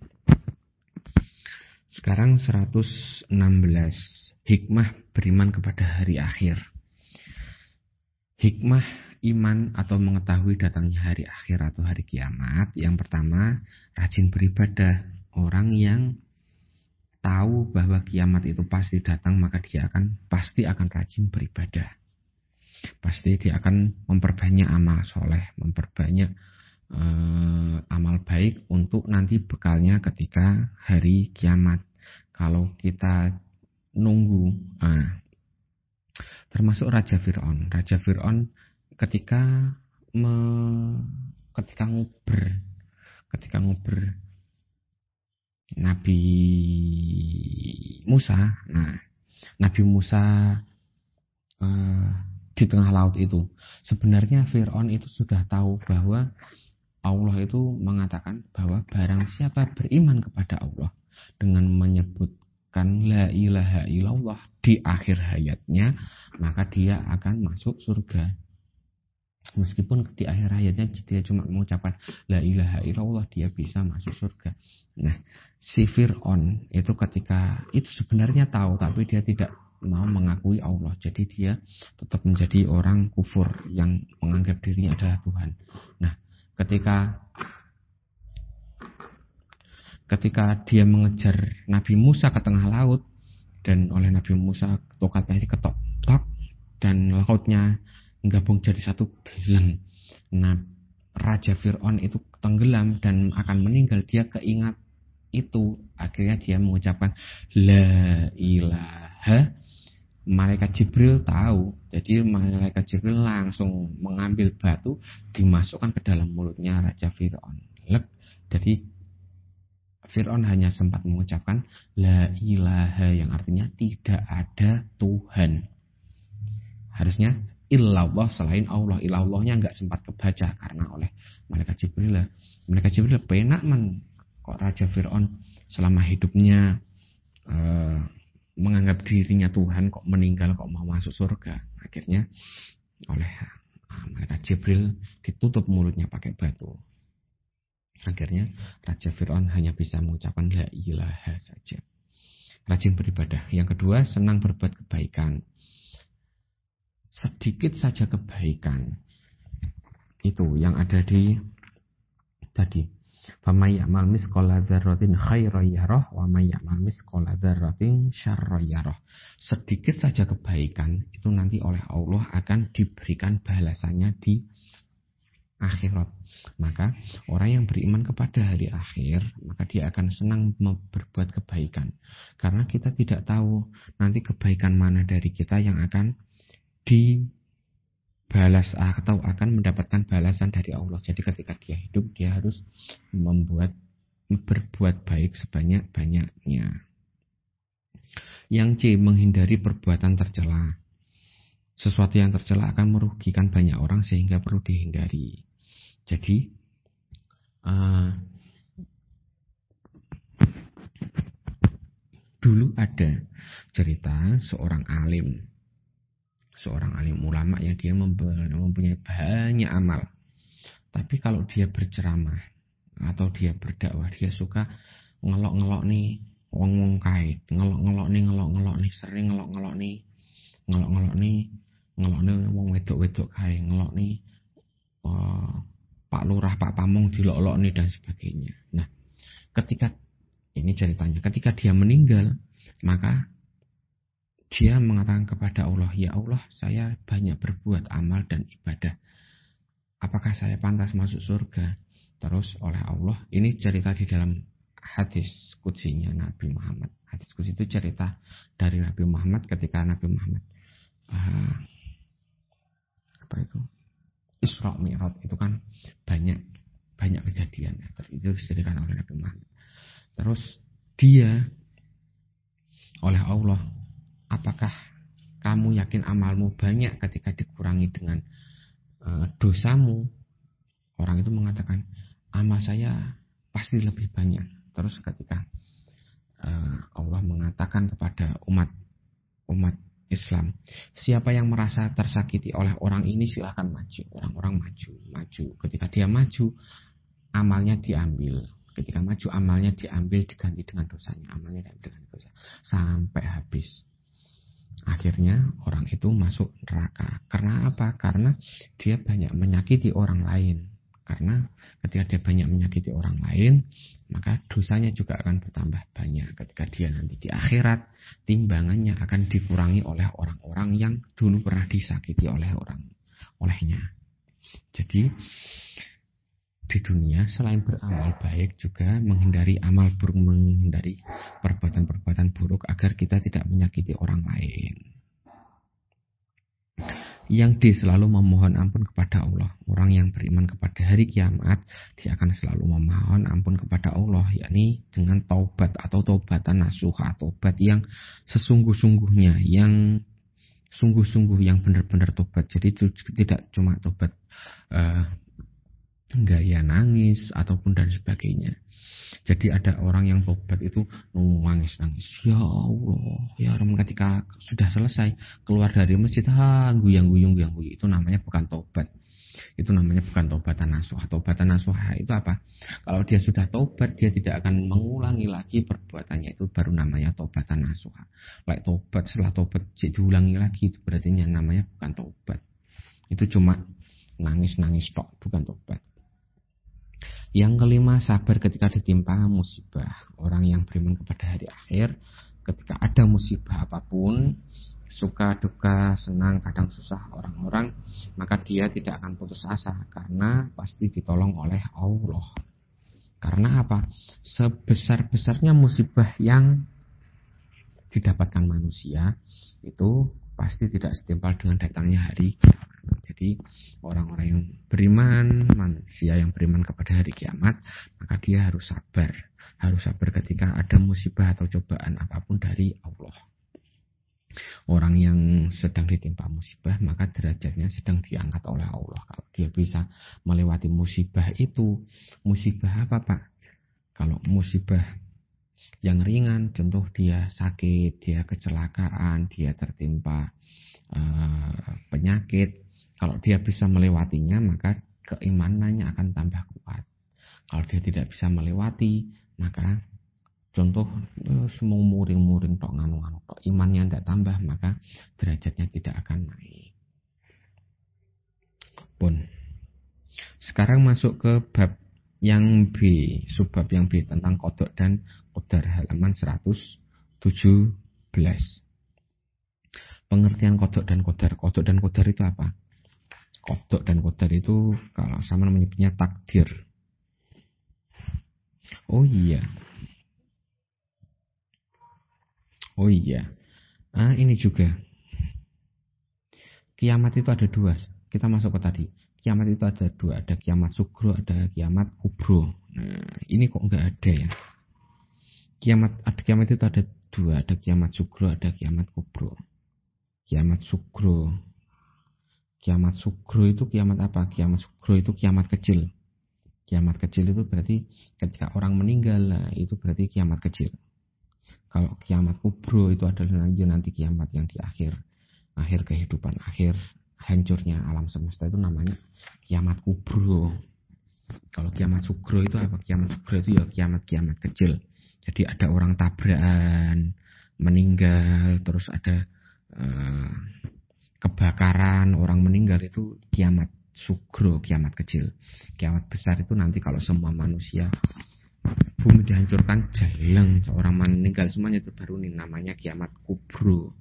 Sekarang seratus enam belas, hikmah beriman kepada hari akhir. Hikmah iman atau mengetahui datangnya hari akhir atau hari kiamat. Yang pertama, rajin beribadah. Orang yang tahu bahwa kiamat itu pasti datang, maka dia akan pasti akan rajin beribadah. Pasti dia akan memperbanyak amal soleh, memperbanyak eh, amal baik untuk nanti bekalnya ketika hari kiamat. Kalau kita nunggu, ah, termasuk Raja Fir'aun. Raja Fir'aun ketika me, ketika nguber, ketika nguber Nabi Musa, nah Nabi Musa uh, di tengah laut itu, sebenarnya Fir'aun itu sudah tahu bahwa Allah itu mengatakan bahwa barang siapa beriman kepada Allah dengan menyebutkan la ilaha illallah di akhir hayatnya, maka dia akan masuk surga. Meskipun di akhir hayatnya dia cuma mengucapkan la ilaha illallah, dia bisa masuk surga. Nah, si Fir'aun itu ketika itu sebenarnya tahu, tapi dia tidak mau mengakui Allah. Jadi dia tetap menjadi orang kufur yang menganggap dirinya adalah Tuhan. Nah, ketika ketika dia mengejar Nabi Musa ke tengah laut, dan oleh Nabi Musa tokatnya ini ketok-tok dan lautnya gabung jadi satu belang. Nah, Raja Fir'aun itu tenggelam dan akan meninggal. Dia keingat itu, akhirnya dia mengucapkan la ilaha. Malaikat Jibril tahu, jadi Malaikat Jibril langsung mengambil batu, dimasukkan ke dalam mulutnya Raja Fir'aun. Jadi Fir'aun hanya sempat mengucapkan la ilaha, yang artinya tidak ada Tuhan. Harusnya illallah, selain Allah. Illallahnya enggak sempat kebaca karena oleh Malaikat Jibril. Malaikat Jibril penak men kok Raja Fir'aun selama hidupnya uh, menganggap dirinya Tuhan, kok meninggal kok mau masuk surga. Akhirnya oleh uh, Malaikat Jibril ditutup mulutnya pakai batu. Akhirnya Raja Fir'aun hanya bisa mengucapkan la ilaha saja. Rajin beribadah. Yang kedua, senang berbuat kebaikan. Sedikit saja kebaikan itu yang ada di tadi, famay ya'mal misqala dzarratin khairan yarah wa may ya'mal misqala dzarratin syarran yarah. Sedikit saja kebaikan itu nanti oleh Allah akan diberikan balasannya di akhirat. Maka orang yang beriman kepada hari akhir, maka dia akan senang berbuat kebaikan. Karena kita tidak tahu nanti kebaikan mana dari kita yang akan dibalas atau akan mendapatkan balasan dari Allah. Jadi ketika dia hidup, dia harus membuat berbuat baik sebanyak-banyaknya. Yang C, menghindari perbuatan tercela. Sesuatu yang tercela akan merugikan banyak orang sehingga perlu dihindari. Jadi uh, dulu ada cerita seorang alim, seorang alim ulama yang dia mempunyai banyak amal. Tapi kalau dia berceramah atau dia berdakwah, dia suka ngelok-ngelok nih wong-wong kait, ngelok-ngelok nih, ngelok-ngelok nih, sering ngelok-ngelok nih, ngelok-ngelok nih, ngelok nih wong wedok-wedok kait, ngelok nih uh, Pak Lurah, Pak Pamong dilok-lok nih dan sebagainya. Nah, ketika ini ceritanya, ketika dia meninggal, maka dia mengatakan kepada Allah, ya Allah, saya banyak berbuat amal dan ibadah. Apakah saya pantas masuk surga? Terus oleh Allah, ini cerita di dalam hadis qudsinya Nabi Muhammad. Hadis qudsi itu cerita dari Nabi Muhammad ketika Nabi Muhammad uh, apa itu? Isra Mi'raj itu kan banyak banyak kejadian. Itu diceritakan oleh Nabi Muhammad. Terus dia oleh Allah, apakah kamu yakin amalmu banyak ketika dikurangi dengan uh, dosamu? Orang itu mengatakan, amal saya pasti lebih banyak. Terus ketika uh, Allah mengatakan kepada umat umat Islam, siapa yang merasa tersakiti oleh orang ini silahkan maju. Orang-orang maju, maju. Ketika dia maju, amalnya diambil. Ketika maju, amalnya diambil diganti dengan dosanya. Amalnya diambil dengan dosa sampai habis. Akhirnya orang itu masuk neraka. Karena apa? Karena dia banyak menyakiti orang lain. Karena ketika dia banyak menyakiti orang lain, maka dosanya juga akan bertambah banyak. Ketika dia nanti di akhirat, timbangannya akan dikurangi oleh orang-orang yang dulu pernah disakiti oleh orang olehnya. Jadi di dunia selain beramal baik juga menghindari amal buruk, menghindari perbuatan-perbuatan buruk agar kita tidak menyakiti orang lain. Yang D, selalu memohon ampun kepada Allah. Orang yang beriman kepada hari kiamat, dia akan selalu memohon ampun kepada Allah, yakni dengan taubat atau taubatan nasuha, taubat yang sesungguh-sungguhnya, yang sungguh-sungguh, yang benar-benar taubat. Jadi itu tidak cuma taubat uh, gaya nangis ataupun dan sebagainya. Jadi ada orang yang tobat itu nangis-nangis, ya Allah, ya Rahman, ketika sudah selesai keluar dari masjid, ha, guyang-guyung, guyang-guyung, itu namanya bukan tobat. Itu namanya bukan taubatan nasuha. Taubatan nasuha itu apa? Kalau dia sudah tobat, dia tidak akan mengulangi lagi perbuatannya, itu baru namanya taubatan nasuha. Like tobat setelah tobat diulangi lagi, itu berarti namanya bukan tobat. Itu cuma nangis-nangis tok, bukan tobat. Yang kelima, sabar ketika ditimpa musibah. Orang yang beriman kepada hari akhir, ketika ada musibah apapun, suka, duka, senang, kadang susah orang-orang, maka dia tidak akan putus asa karena pasti ditolong oleh Allah. Karena apa? Sebesar-besarnya musibah yang didapatkan manusia itu pasti tidak setimpal dengan datangnya hari kiamat. Jadi orang-orang yang beriman, manusia yang beriman kepada hari kiamat, maka dia harus sabar. Harus sabar ketika ada musibah atau cobaan apapun dari Allah. Orang yang sedang ditimpa musibah, maka derajatnya sedang diangkat oleh Allah. Kalau dia bisa melewati musibah itu, musibah apa Pak? Kalau musibah yang ringan, contoh dia sakit, dia kecelakaan, dia tertimpa uh, penyakit. Kalau dia bisa melewatinya, maka keimanannya akan tambah kuat. Kalau dia tidak bisa melewati, maka contoh uh, semua muring-muring tok, nganu-nganu tok, imannya tidak tambah, maka derajatnya tidak akan naik. Pun. Sekarang masuk ke bab yang B, subbab yang B tentang qada dan qadar, halaman seratus tujuh belas. Pengertian qada dan qadar. Qada dan qadar itu apa? Qada dan qadar itu kalau sama menyebutnya takdir. Oh iya. Oh iya. Ah, ini juga. Kiamat itu ada dua. Kita masuk ke tadi. Kiamat itu ada dua. Ada kiamat sugro, ada kiamat kubro. Nah, ini kok enggak ada ya. Kiamat ada kiamat itu ada dua. Ada kiamat sugro, ada kiamat kubro. Kiamat sugro. Kiamat sugro itu kiamat apa? Kiamat sugro itu kiamat kecil. Kiamat kecil itu berarti ketika orang meninggal, nah, itu berarti kiamat kecil. Kalau kiamat kubro itu adalah nanti, nanti kiamat yang di akhir. Akhir kehidupan, akhir hancurnya alam semesta itu namanya kiamat kubro. Kalau kiamat sugro itu apa? Kiamat sugro itu ya kiamat-kiamat kecil. Jadi ada orang tabrakan, meninggal, terus ada uh, kebakaran, orang meninggal, itu kiamat sugro, kiamat kecil. Kiamat besar itu nanti kalau semua manusia, bumi dihancurkan, jalan, orang meninggal semuanya, itu baru nih namanya kiamat kubro.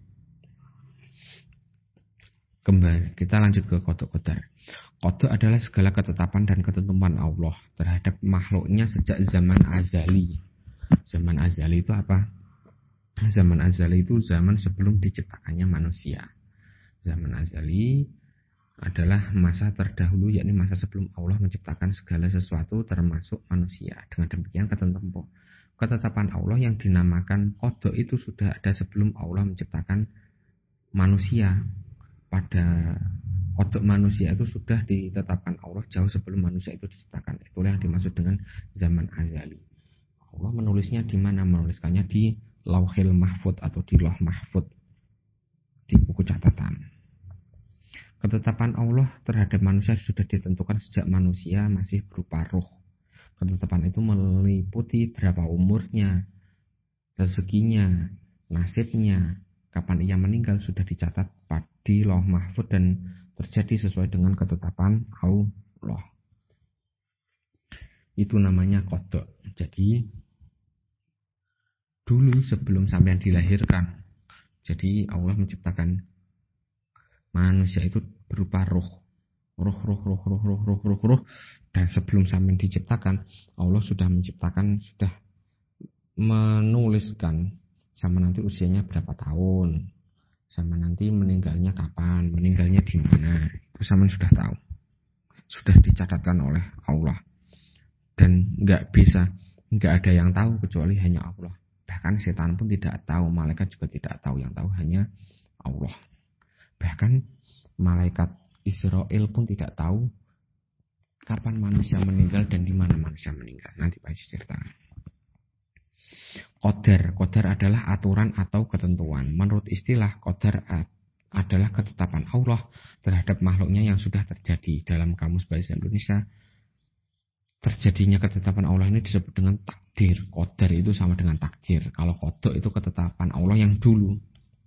Kembali, kita lanjut ke qada qadar. Qada adalah segala ketetapan dan ketentuan Allah terhadap makhluknya sejak zaman azali. Zaman azali itu apa? Zaman azali itu zaman sebelum diciptakannya manusia. Zaman azali adalah masa terdahulu, yakni masa sebelum Allah menciptakan segala sesuatu termasuk manusia. Dengan demikian ketetapan Allah yang dinamakan qada itu sudah ada sebelum Allah menciptakan manusia. Pada qada manusia itu sudah ditetapkan Allah jauh sebelum manusia itu diciptakan. Itulah yang dimaksud dengan zaman azali. Allah menulisnya di mana? Menuliskannya di Lauhil Mahfud atau di Lauh Mahfud, di buku catatan. Ketetapan Allah terhadap manusia sudah ditentukan sejak manusia masih berupa ruh. Ketetapan itu meliputi berapa umurnya, rezekinya, nasibnya, kapan ia meninggal sudah dicatat di Lauh Mahfud dan terjadi sesuai dengan ketetapan Allah. Itu namanya qada. Jadi dulu sebelum sampean dilahirkan, jadi Allah menciptakan manusia itu berupa ruh. Ruh, ruh, ruh, ruh, ruh, ruh, ruh, ruh. Dan sebelum sampean diciptakan, Allah sudah menciptakan, sudah menuliskan sama nanti usianya berapa tahun, sama nanti meninggalnya kapan, meninggalnya di mana, itu sama sudah tahu, sudah dicatatkan oleh Allah. Dan nggak bisa, nggak ada yang tahu kecuali hanya Allah. Bahkan setan pun tidak tahu, malaikat juga tidak tahu, yang tahu hanya Allah. Bahkan malaikat Israel pun tidak tahu kapan manusia meninggal dan di mana manusia meninggal. Nanti Pak ceritakan. Qadar, qadar adalah aturan atau ketentuan. Menurut istilah, qadar adalah ketetapan Allah terhadap makhluknya yang sudah terjadi. Dalam Kamus Bahasa Indonesia, terjadinya ketetapan Allah ini disebut dengan takdir. Qadar itu sama dengan takdir. Kalau qada itu ketetapan Allah yang dulu.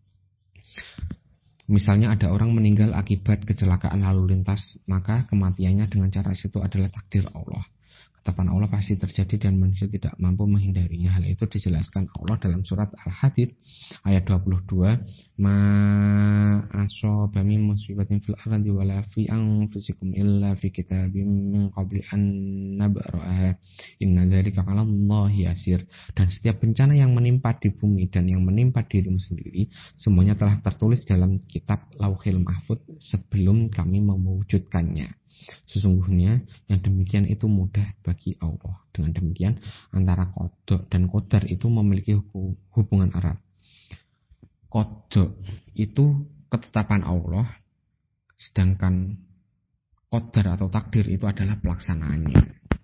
Misalnya ada orang meninggal akibat kecelakaan lalu lintas, maka kematiannya dengan cara itu adalah takdir Allah. Ketetapan Allah pasti terjadi dan manusia tidak mampu menghindarinya. Hal itu dijelaskan Allah dalam surat Al-Hadid ayat dua puluh dua. Ma asaba min musibatin fil ardi wala fi anfusikum illa fi kitabim min qabli an nabra'aha. Inna dzalika 'ala Allahi yasir. Dan setiap bencana yang menimpa di bumi dan yang menimpa dirimu sendiri, semuanya telah tertulis dalam kitab Lauhil Mahfud sebelum kami mewujudkannya. Sesungguhnya yang demikian itu mudah bagi Allah. Dengan demikian antara qada dan qadar itu memiliki hubungan erat. Qada itu ketetapan Allah, sedangkan qadar atau takdir itu adalah pelaksanaannya.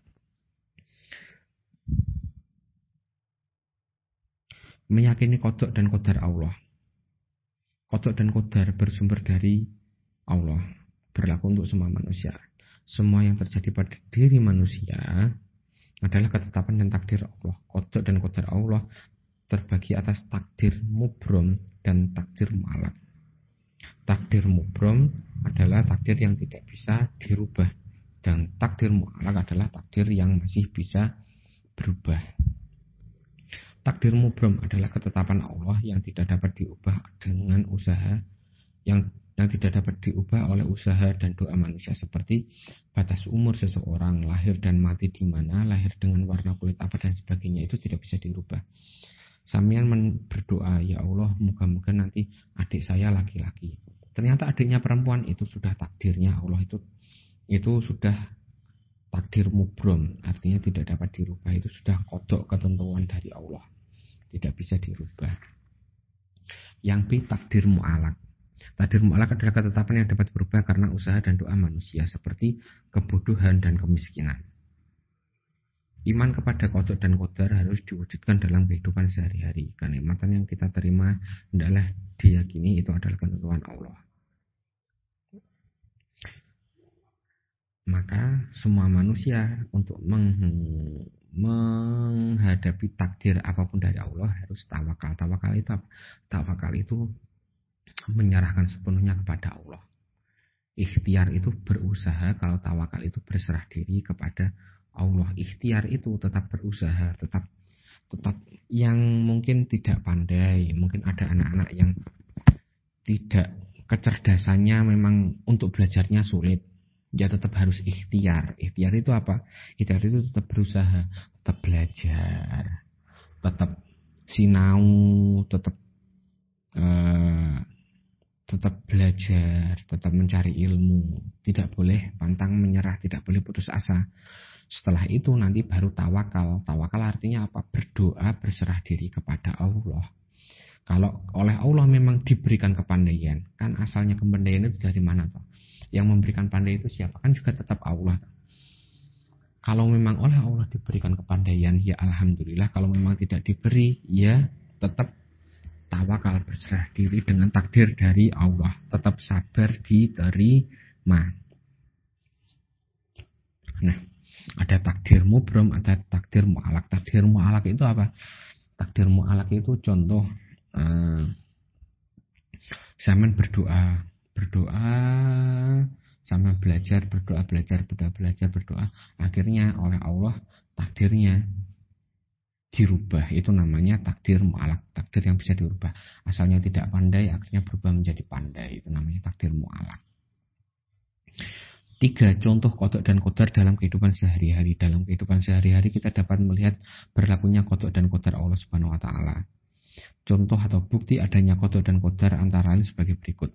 Meyakini qada dan qadar Allah. Qada dan qadar bersumber dari Allah, berlaku untuk semua manusia. Semua yang terjadi pada diri manusia adalah ketetapan dan takdir Allah. Qada dan qadar Allah terbagi atas takdir mubrom dan takdir mu'allaq. Takdir mubrom adalah takdir yang tidak bisa dirubah, dan takdir mu'allaq adalah takdir yang masih bisa berubah. Takdir mubrom adalah ketetapan Allah yang tidak dapat diubah dengan usaha yang yang tidak dapat diubah oleh usaha dan doa manusia, seperti batas umur seseorang, lahir dan mati di mana, lahir dengan warna kulit apa dan sebagainya, itu tidak bisa dirubah. Samian berdoa, ya Allah, moga-moga nanti adik saya laki-laki. Ternyata adiknya perempuan, itu sudah takdirnya Allah, itu itu sudah takdir mubrom, artinya tidak dapat dirubah, itu sudah kodok ketentuan dari Allah, tidak bisa dirubah. Yang B, takdir mu'alak. Takdir mu'alak adalah ketetapan yang dapat berubah karena usaha dan doa manusia, seperti kebodohan dan kemiskinan. Iman kepada qada dan qadar harus diwujudkan dalam kehidupan sehari-hari. Kenikmatan yang kita terima hendaklah diyakini itu adalah ketentuan Allah. Maka semua manusia untuk meng- menghadapi takdir apapun dari Allah harus tawakal. Tawakal itu apa? Tawakal itu menyerahkan sepenuhnya kepada Allah. Ikhtiar itu berusaha, kalau tawakal itu berserah diri kepada Allah. Ikhtiar itu tetap berusaha, tetap tetap yang mungkin tidak pandai, mungkin ada anak-anak yang tidak kecerdasannya memang untuk belajarnya sulit, dia tetap harus ikhtiar. Ikhtiar itu apa? Ikhtiar itu tetap berusaha, tetap belajar, tetap sinau, tetap uh, tetap belajar, tetap mencari ilmu, tidak boleh pantang menyerah, tidak boleh putus asa. Setelah itu nanti baru tawakal. Tawakal artinya apa? Berdoa, berserah diri kepada Allah. Kalau oleh Allah memang diberikan kepandaian, kan asalnya kepandaian itu dari mana toh? Yang memberikan pandai itu siapa? Kan juga tetap Allah. Kalau memang oleh Allah diberikan kepandaian, ya alhamdulillah. Kalau memang tidak diberi, ya tetap tawakal, berserah diri dengan takdir dari Allah, tetap sabar diterima. Nah, ada takdir mubrom, ada takdir mu'alak. Takdir mu'alak itu apa? Takdir mu'alak itu contoh eh, zaman berdoa, berdoa, sama belajar, berdoa, belajar, berdoa, belajar, berdoa. Akhirnya oleh Allah takdirnya dirubah, itu namanya takdir mu'alak, takdir yang bisa dirubah. Asalnya tidak pandai, akhirnya berubah menjadi pandai, itu namanya takdir mu'alak. Tiga, contoh qada dan qadar dalam kehidupan sehari-hari. Dalam kehidupan sehari-hari kita dapat melihat berlakunya qada dan qadar Allah Subhanahu wa taala. Contoh atau bukti adanya qada dan qadar antara lain sebagai berikut.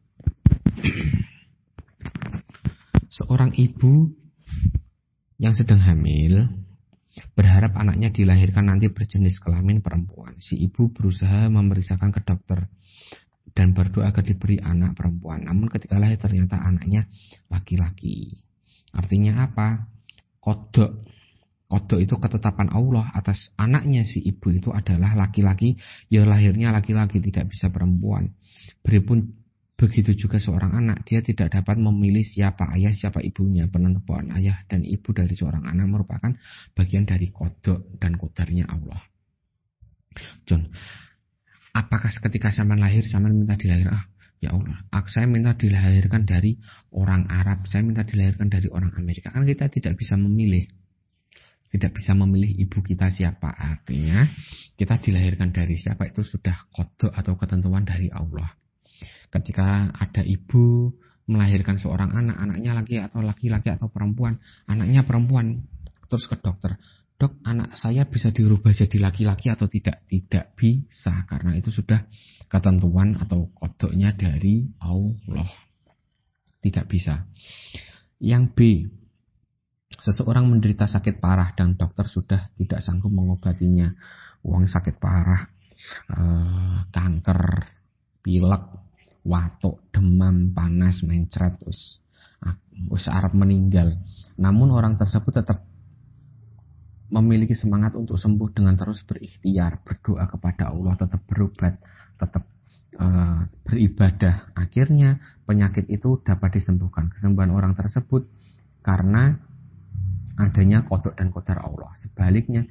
Seorang ibu yang sedang hamil berharap anaknya dilahirkan nanti berjenis kelamin perempuan. Si ibu berusaha memeriksakan ke dokter dan berdoa agar diberi anak perempuan. Namun ketika lahir ternyata anaknya laki-laki. Artinya apa? Kodok. Kodok itu ketetapan Allah atas anaknya si ibu itu adalah laki-laki. Ya lahirnya laki-laki, tidak bisa perempuan. Beripun begitu juga seorang anak, dia tidak dapat memilih siapa ayah, siapa ibunya. Penentuan ayah dan ibu dari seorang anak merupakan bagian dari kodok dan kodarnya Allah. John, apakah ketika zaman lahir, zaman minta dilahirkan, ah, ya Allah, saya minta dilahirkan dari orang Arab, saya minta dilahirkan dari orang Amerika. Kan kita tidak bisa memilih. Tidak bisa memilih ibu kita siapa. Artinya, kita dilahirkan dari siapa itu sudah kodok atau ketentuan dari Allah. Ketika ada ibu melahirkan seorang anak, anaknya laki atau laki-laki atau perempuan, anaknya perempuan, terus ke dokter, dok, anak saya bisa dirubah jadi laki-laki atau tidak? Tidak bisa, karena itu sudah ketentuan atau kodoknya dari Allah. Tidak bisa. Yang B, seseorang menderita sakit parah dan dokter sudah tidak sanggup mengobatinya. Uang sakit parah, eh, kanker, pilek, watuk, demam, panas, mencret, us, us arep meninggal. Namun orang tersebut tetap memiliki semangat untuk sembuh dengan terus berikhtiar, berdoa kepada Allah, tetap berobat, tetap uh, beribadah. Akhirnya penyakit itu dapat disembuhkan. Kesembuhan orang tersebut karena adanya kodok dan qadar Allah. Sebaliknya,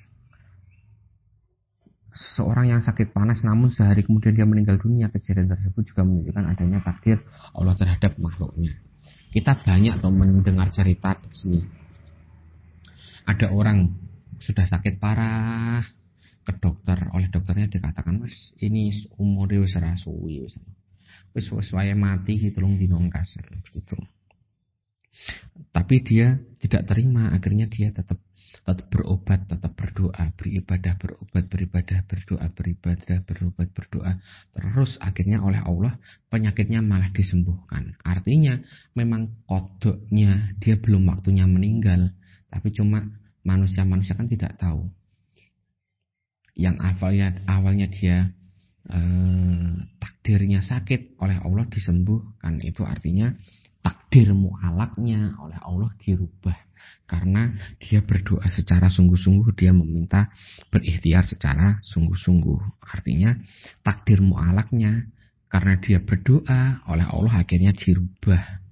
seorang yang sakit panas namun sehari kemudian dia meninggal dunia, kejadian tersebut juga menunjukkan adanya takdir Allah terhadap makhluknya. Kita banyak atau mendengar cerita begini. Ada orang sudah sakit parah ke dokter, oleh dokternya dikatakan, "Mas, ini umurnya wis ra suwi wis." wis wis wae mati telung dina kasen gitu. Tapi dia tidak terima, akhirnya dia tetap tetap berobat, tetap berdoa, beribadah, berobat, beribadah, berdoa, beribadah, berobat, berdoa. Terus akhirnya oleh Allah penyakitnya malah disembuhkan. Artinya memang kodoknya dia belum waktunya meninggal, tapi cuma manusia-manusia kan tidak tahu. Yang awalnya awalnya dia eh, takdirnya sakit, oleh Allah disembuhkan. Itu artinya takdir mu'alaknya oleh Allah dirubah karena dia berdoa secara sungguh-sungguh, dia meminta berikhtiar secara sungguh-sungguh. Artinya takdir mu'alaknya karena dia berdoa oleh Allah akhirnya dirubah.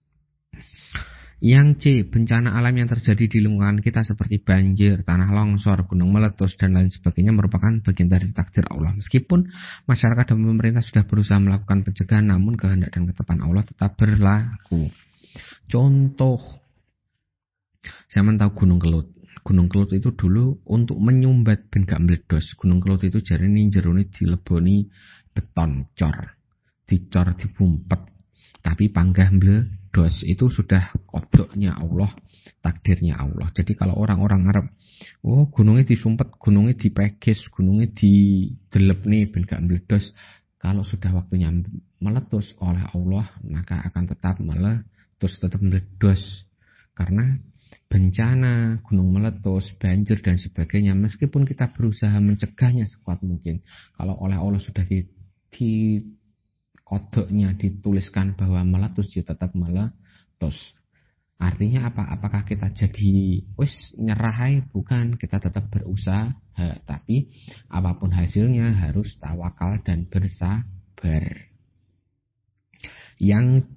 Yang C, bencana alam yang terjadi di lingkungan kita seperti banjir, tanah longsor, gunung meletus, dan lain sebagainya merupakan bagian dari takdir Allah. Meskipun masyarakat dan pemerintah sudah berusaha melakukan pencegahan, namun kehendak dan ketetapan Allah tetap berlaku. Contoh, saya tahu Gunung Kelut. Gunung Kelut itu dulu untuk menyumbat ben gak meledos. Gunung Kelut itu jarine jerone dileboni beton cor, dicor dibumpet. Tapi panggah meledos itu sudah kodoknya Allah, takdirnya Allah. Jadi kalau orang-orang Arab, oh gunungnya disumpet, gunungnya dipegis, gunungnya didelep nih ben gak meledos. Kalau sudah waktunya meletus oleh Allah, maka akan tetap meletus, tetap meledos. Karena bencana, gunung meletus, banjir dan sebagainya, meskipun kita berusaha mencegahnya sekuat mungkin, kalau oleh Allah sudah di, di kodoknya dituliskan bahwa meletus, dia tetap meletus. Artinya apa? Apakah kita jadi wis nyerahai? Bukan, kita tetap berusaha, tapi apapun hasilnya harus tawakal dan bersabar. Yang D,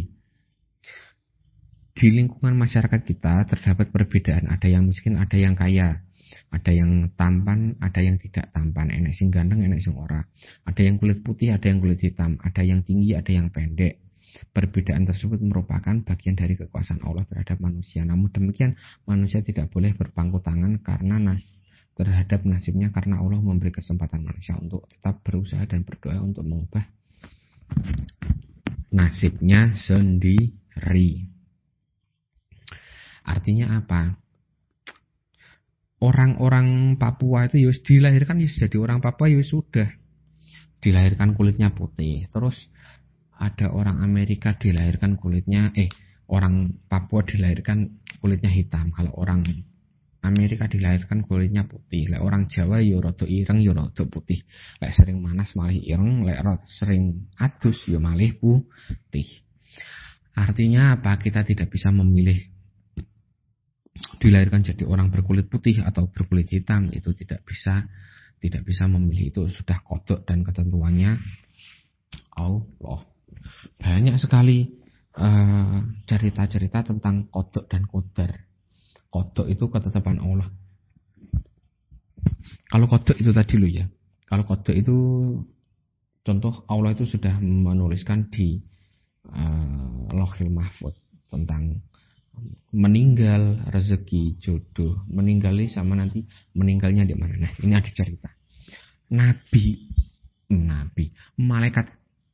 di lingkungan masyarakat kita terdapat perbedaan, ada yang miskin, ada yang kaya. Ada yang tampan, ada yang tidak tampan. Enek sing ganteng, enek sing ora. Ada yang kulit putih, ada yang kulit hitam. Ada yang tinggi, ada yang pendek. Perbedaan tersebut merupakan bagian dari kekuasaan Allah terhadap manusia. Namun demikian, manusia tidak boleh berpangku tangan karena nas terhadap nasibnya, karena Allah memberi kesempatan manusia untuk tetap berusaha dan berdoa untuk mengubah nasibnya sendiri. Artinya apa? Orang-orang Papua itu yus dilahirkan yus jadi orang Papua yus sudah dilahirkan kulitnya putih. Terus ada orang Amerika dilahirkan kulitnya eh orang Papua dilahirkan kulitnya hitam. Kalau orang Amerika dilahirkan kulitnya putih. Lek orang Jawa yo rada ireng yo rada putih. Lek sering manas malih ireng, lek sering adus yo malih putih. Artinya apa? Kita tidak bisa memilih dilahirkan jadi orang berkulit putih atau berkulit hitam, itu tidak bisa, tidak bisa memilih, itu sudah kodok dan ketentuannya Allah. Banyak sekali uh, cerita-cerita tentang kodok dan qadar. Kodok itu ketetapan Allah. Kalau kodok itu tadi lo ya, kalau kodok itu contoh Allah itu sudah menuliskan di uh, Lauhil Mahfuz tentang meninggal, rezeki, jodoh, meninggalnya sama nanti meninggalnya di mana. Nah, ini ada cerita. Nabi, Nabi, malaikat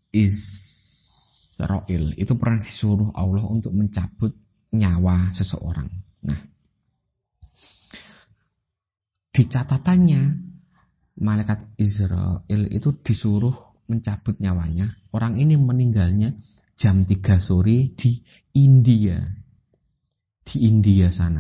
Israel itu pernah disuruh Allah untuk mencabut nyawa seseorang. Nah, di catatannya malaikat Israel itu disuruh mencabut nyawanya. Orang ini meninggalnya jam tiga sore di India. Di India sana.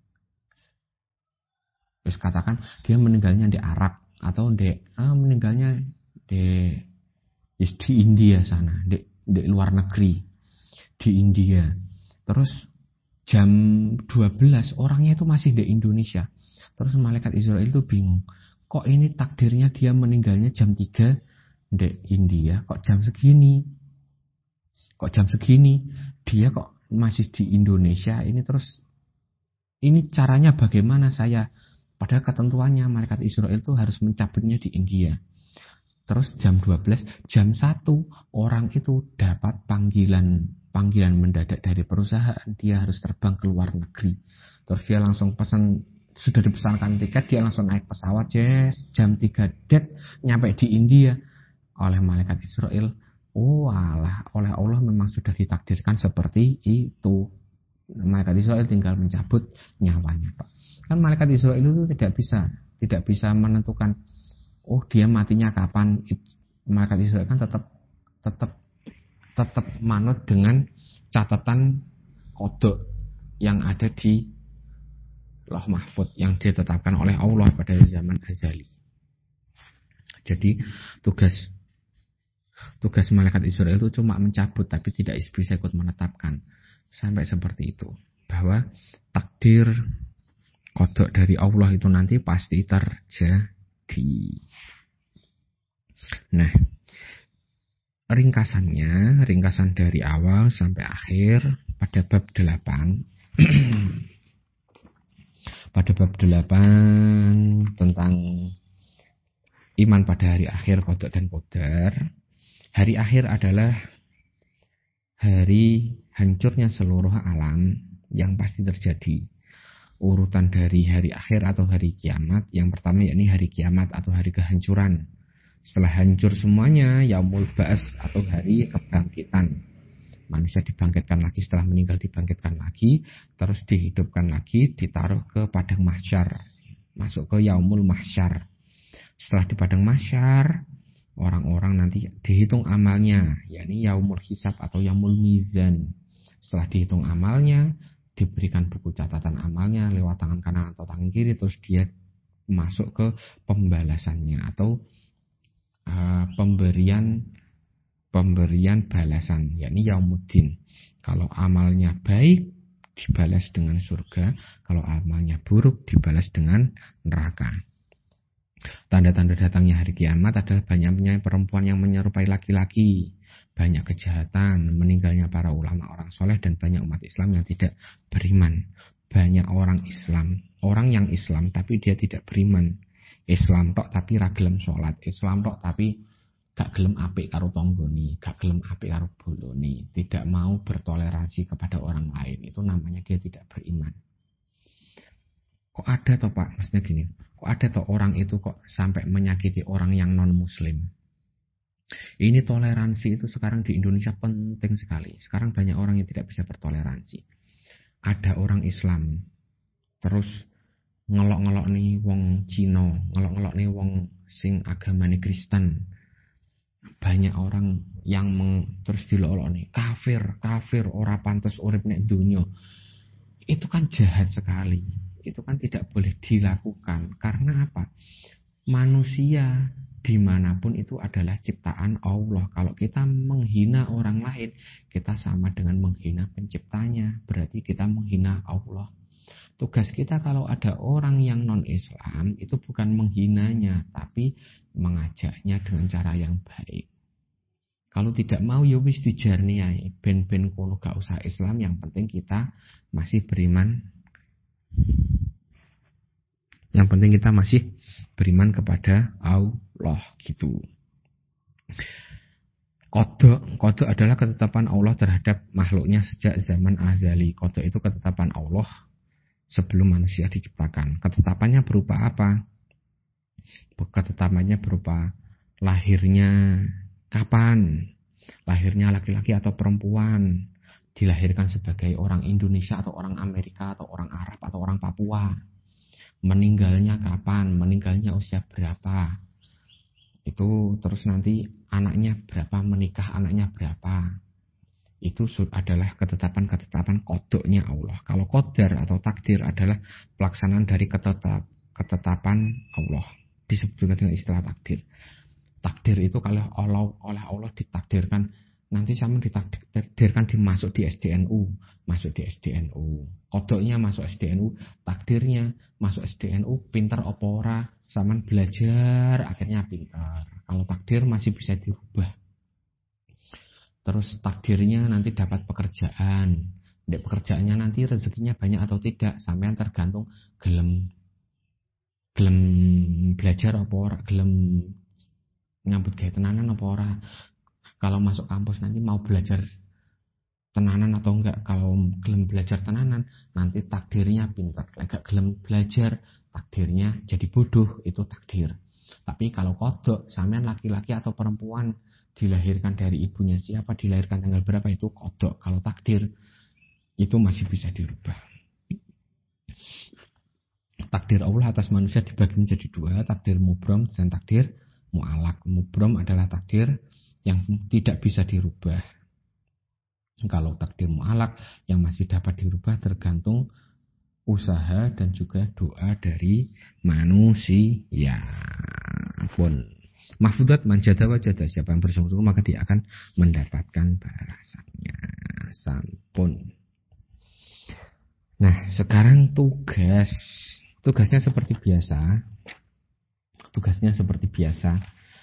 Terus katakan dia meninggalnya di Arab atau di ah, meninggalnya di di India sana, di, di luar negeri, di India. Terus jam dua belas orangnya itu masih di Indonesia. Terus malaikat Israel itu bingung. Kok ini takdirnya dia meninggalnya jam tiga di India, kok jam segini? Kok jam segini? Dia kok masih di Indonesia ini, terus ini caranya bagaimana saya, padahal ketentuannya malaikat Israel itu harus mencabutnya di India. Terus jam dua belas, jam satu orang itu dapat panggilan panggilan mendadak dari perusahaan, dia harus terbang ke luar negeri. Terus dia langsung pesan, sudah dipesankan tiket, dia langsung naik pesawat, yes, jam tiga det nyampe di India. Oleh malaikat Israel, Oh alah, oleh Allah memang sudah ditakdirkan seperti itu. Malaikat Israel tinggal mencabut nyawanya, Pak. Kan malaikat Israel itu tidak bisa, tidak bisa menentukan, oh dia matinya kapan. Malaikat Israel kan tetap tetap tetap manut dengan catatan kodok yang ada di Lauh Mahfud yang ditetapkan oleh Allah pada zaman azali. Jadi tugas tugas malaikat Israel itu cuma mencabut, tapi tidak bisa ikut menetapkan. Sampai seperti itu, bahwa takdir kodok dari Allah itu nanti pasti terjadi. Nah, ringkasannya, ringkasan dari awal sampai akhir pada bab delapan pada bab delapan tentang iman pada hari akhir, kodok dan qadar. Hari akhir adalah hari hancurnya seluruh alam yang pasti terjadi. Urutan dari hari akhir atau hari kiamat, yang pertama yakni hari kiamat atau hari kehancuran. Setelah hancur semuanya, yaumul ba'as atau hari kebangkitan. Manusia dibangkitkan lagi, setelah meninggal dibangkitkan lagi, terus dihidupkan lagi, ditaruh ke padang mahsyar, masuk ke yaumul mahsyar. Setelah di padang mahsyar, orang-orang nanti dihitung amalnya, yakni yaumul hisab atau yaumul mizan. Setelah dihitung amalnya, diberikan buku catatan amalnya lewat tangan kanan atau tangan kiri, terus dia masuk ke pembalasannya atau uh, pemberian pemberian balasan, yakni yaumuddin. Kalau amalnya baik dibalas dengan surga, kalau amalnya buruk dibalas dengan neraka. Tanda-tanda datangnya hari kiamat adalah banyaknya perempuan yang menyerupai laki-laki, banyak kejahatan, meninggalnya para ulama orang soleh, dan banyak umat Islam yang tidak beriman. Banyak orang Islam, orang yang Islam tapi dia tidak beriman. Islam tok tapi ra gelem salat, Islam tok tapi gak gelem apik karo tonggoni, gak gelem apik karo boloni, tidak mau bertoleransi kepada orang lain. Itu namanya dia tidak beriman. Kok ada toh Pak, maksudnya gini, kok ada toh orang itu kok sampai menyakiti orang yang non muslim. Ini toleransi itu sekarang di Indonesia penting sekali. Sekarang banyak orang yang tidak bisa bertoleransi. Ada orang Islam terus ngelok-ngelok nih wong Cina, ngelok-ngelok nih wong sing agamane Kristen. Banyak orang yang meng, terus dilok-lok nih kafir, kafir ora pantes urip nek donya. Itu kan jahat sekali. Itu kan tidak boleh dilakukan. Karena apa? Manusia dimanapun itu adalah ciptaan Allah. Kalau kita menghina orang lain, kita sama dengan menghina penciptanya. Berarti kita menghina Allah. Tugas kita kalau ada orang yang non-Islam, itu bukan menghinanya, tapi mengajaknya dengan cara yang baik. Kalau tidak mau, ya wis dijarniai. Ben-ben kono gak usah Islam, yang penting kita masih beriman. Yang penting kita masih beriman kepada Allah gitu. Qadha, qadha adalah ketetapan Allah terhadap makhluknya sejak zaman azali. Qadha itu ketetapan Allah sebelum manusia diciptakan. Ketetapannya berupa apa? Ketetapannya berupa lahirnya kapan? Lahirnya laki-laki atau perempuan? Dilahirkan sebagai orang Indonesia atau orang Amerika atau orang Arab atau orang Papua? Meninggalnya kapan? Meninggalnya usia berapa? Itu terus nanti anaknya berapa, menikah anaknya berapa. Itu adalah ketetapan-ketetapan kodoknya Allah. Kalau qadar atau takdir adalah pelaksanaan dari ketetap, ketetapan Allah. Disebut juga dengan istilah takdir. Takdir itu kalau Allah, oleh Allah ditakdirkan, nanti sama ditakdirkan dimasuk di S D N U, masuk di S D N U. Kodoknya masuk S D N U, takdirnya masuk S D N U, pintar apa ora, sama belajar akhirnya pintar. Kalau takdir masih bisa dirubah. Terus takdirnya nanti dapat pekerjaan. Di pekerjaannya nanti rezekinya banyak atau tidak, sampean tergantung gelem gelem belajar apa ora, gelem nyambut gawe tenanan apa ora. Kalau masuk kampus nanti mau belajar tenanan atau enggak. Kalau gelem belajar tenanan, nanti takdirnya pintar. Agak gelem belajar, takdirnya jadi bodoh, itu takdir. Tapi kalau kodok, sampean laki-laki atau perempuan, dilahirkan dari ibunya siapa, dilahirkan tanggal berapa, itu kodok. Kalau takdir itu masih bisa dirubah. Takdir Allah atas manusia dibagi menjadi dua, takdir mubrom dan takdir mu'alak. Mubrom adalah takdir yang tidak bisa dirubah. Kalau takdir mu'alak yang masih dapat dirubah tergantung usaha dan juga doa dari manusia. Pun mahfudat manjada wajada, siapa yang bersungguh-sungguh maka dia akan mendapatkan balasannya. Sampun. Nah, sekarang tugas. Tugasnya seperti biasa. Tugasnya seperti biasa.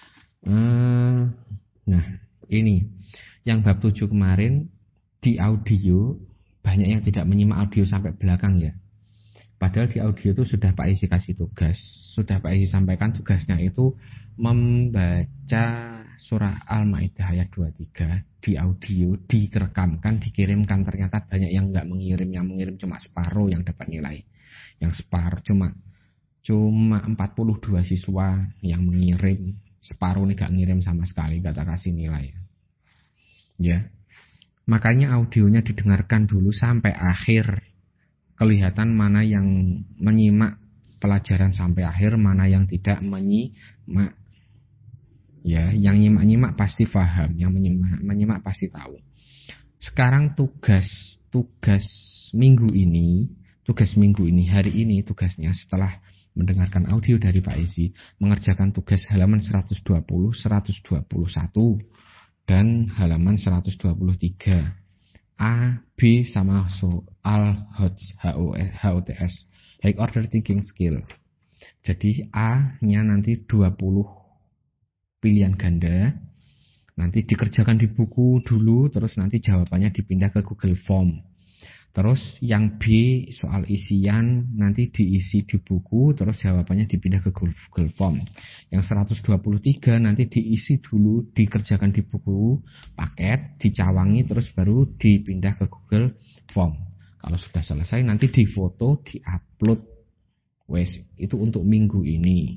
Hmm, nah, ini yang bab tujuh kemarin di audio banyak yang tidak menyimak audio sampai belakang ya. Padahal di audio itu sudah Pak Isi kasih tugas, sudah Pak Isi sampaikan tugasnya itu membaca surah Al-Maidah ayat dua puluh tiga di audio, direkamkan, dikirimkan. Ternyata banyak yang nggak mengirim, yang mengirim cuma separuh yang dapat nilai. Yang separuh cuma cuma empat puluh dua siswa yang mengirim, separuh nih gak ngirim sama sekali, gak tak kasih nilai. Ya. Makanya audionya didengarkan dulu sampai akhir. Kelihatan mana yang menyimak pelajaran sampai akhir, mana yang tidak menyimak. Ya, yang nyimak-nyimak pasti paham, yang menyimak, menyimak pasti tahu. Sekarang tugas tugas minggu ini, tugas minggu ini, hari ini tugasnya setelah mendengarkan audio dari Pak Isi, mengerjakan tugas halaman seratus dua puluh, seratus dua puluh satu dan halaman seratus dua puluh tiga. A, B sama soal H O T S, High Order Thinking Skill. Jadi A-nya nanti dua puluh pilihan ganda, nanti dikerjakan di buku dulu, terus nanti jawabannya dipindah ke Google Form. Terus yang B soal isian nanti diisi di buku, terus jawabannya dipindah ke Google Form. Yang seratus dua puluh tiga nanti diisi dulu, dikerjakan di buku paket, dicawangi, terus baru dipindah ke Google Form. Kalau sudah selesai nanti difoto, diupload. Wes, itu untuk minggu ini.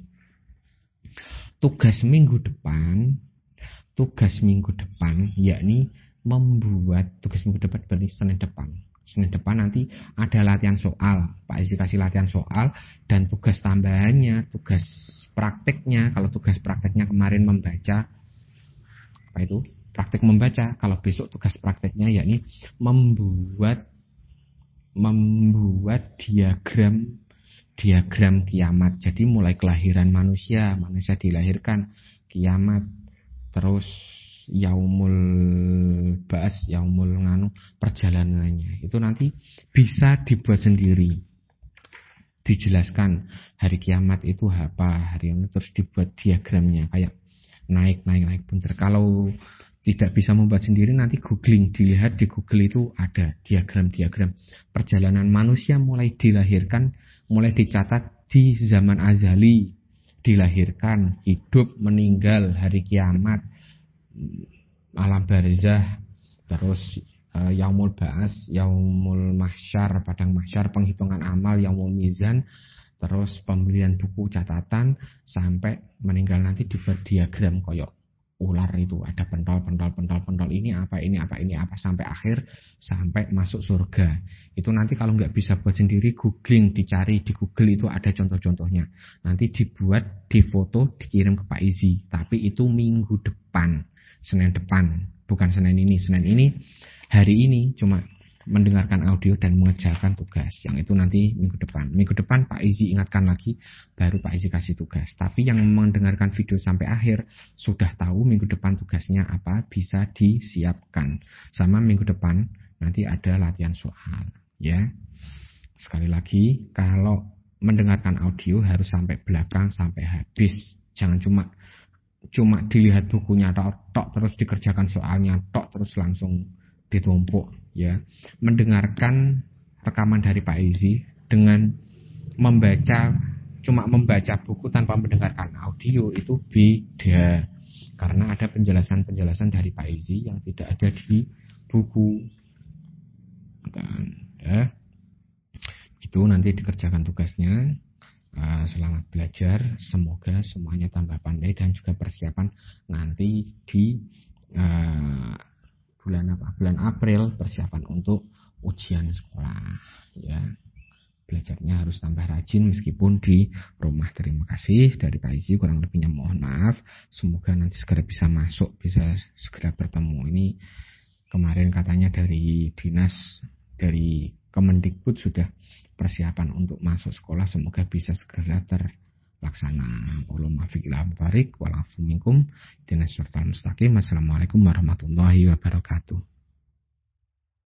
Tugas minggu depan, tugas minggu depan yakni membuat, tugas minggu depan berarti Senin depan. Senin depan nanti ada latihan soal. Pak Isi kasih latihan soal dan tugas tambahannya, tugas prakteknya. Kalau tugas prakteknya kemarin membaca, apa itu? Praktek membaca. Kalau besok tugas prakteknya yakni membuat membuat diagram diagram kiamat. Jadi mulai kelahiran manusia, manusia dilahirkan, kiamat, terus yaumul ba'as, yaumul nganu, perjalanannya. Itu nanti bisa dibuat sendiri. Dijelaskan hari kiamat itu apa, hari ini, terus dibuat diagramnya kayak naik naik naik punter. Kalau tidak bisa membuat sendiri nanti googling, dilihat di Google itu ada diagram-diagram perjalanan manusia mulai dilahirkan, mulai dicatat di zaman azali, dilahirkan, hidup, meninggal, hari kiamat, alam barzah, terus uh, yaumul ba'as, yaumul mahsyar, padang mahsyar, penghitungan amal, yaumul mizan, terus pembelian buku catatan, sampai meninggal nanti dibuat diagram koyok ular itu, ada pentol pentol pentol pentol ini apa ini apa ini apa sampai akhir, sampai masuk surga. Itu nanti kalau nggak bisa buat sendiri, googling, dicari di Google itu ada contoh-contohnya. Nanti dibuat, difoto, dikirim ke Pak Izi. Tapi itu minggu depan, Senin depan, bukan Senin ini. Senin ini, hari ini cuma mendengarkan audio dan mengerjakan tugas. Yang itu nanti minggu depan. Minggu depan Pak Izi ingatkan lagi, baru Pak Izi kasih tugas. Tapi yang mendengarkan video sampai akhir sudah tahu minggu depan tugasnya apa, bisa disiapkan. Sama minggu depan nanti ada latihan soal, ya. Sekali lagi, kalau mendengarkan audio harus sampai belakang, sampai habis. Jangan cuma cuma dilihat bukunya tok, tok terus dikerjakan soalnya tok terus langsung ditumpuk, ya. Mendengarkan rekaman dari Pak Izi dengan membaca, cuma membaca buku tanpa mendengarkan audio itu beda, karena ada penjelasan-penjelasan dari Pak Izi yang tidak ada di buku. Dan ya, itu nanti dikerjakan tugasnya. uh, selamat belajar, semoga semuanya tambah pandai dan juga persiapan nanti di uh, bulan apa? Bulan April persiapan untuk ujian sekolah ya. Belajarnya harus tambah rajin meskipun di rumah. Terima kasih dari Pak Izi, kurang lebihnya mohon maaf. Semoga nanti segera bisa masuk, bisa segera bertemu. Ini kemarin katanya dari dinas, dari Kemendikbud sudah persiapan untuk masuk sekolah, semoga bisa segera terlaksana. Assalamualaikum warahmatullahi wabarakatuh.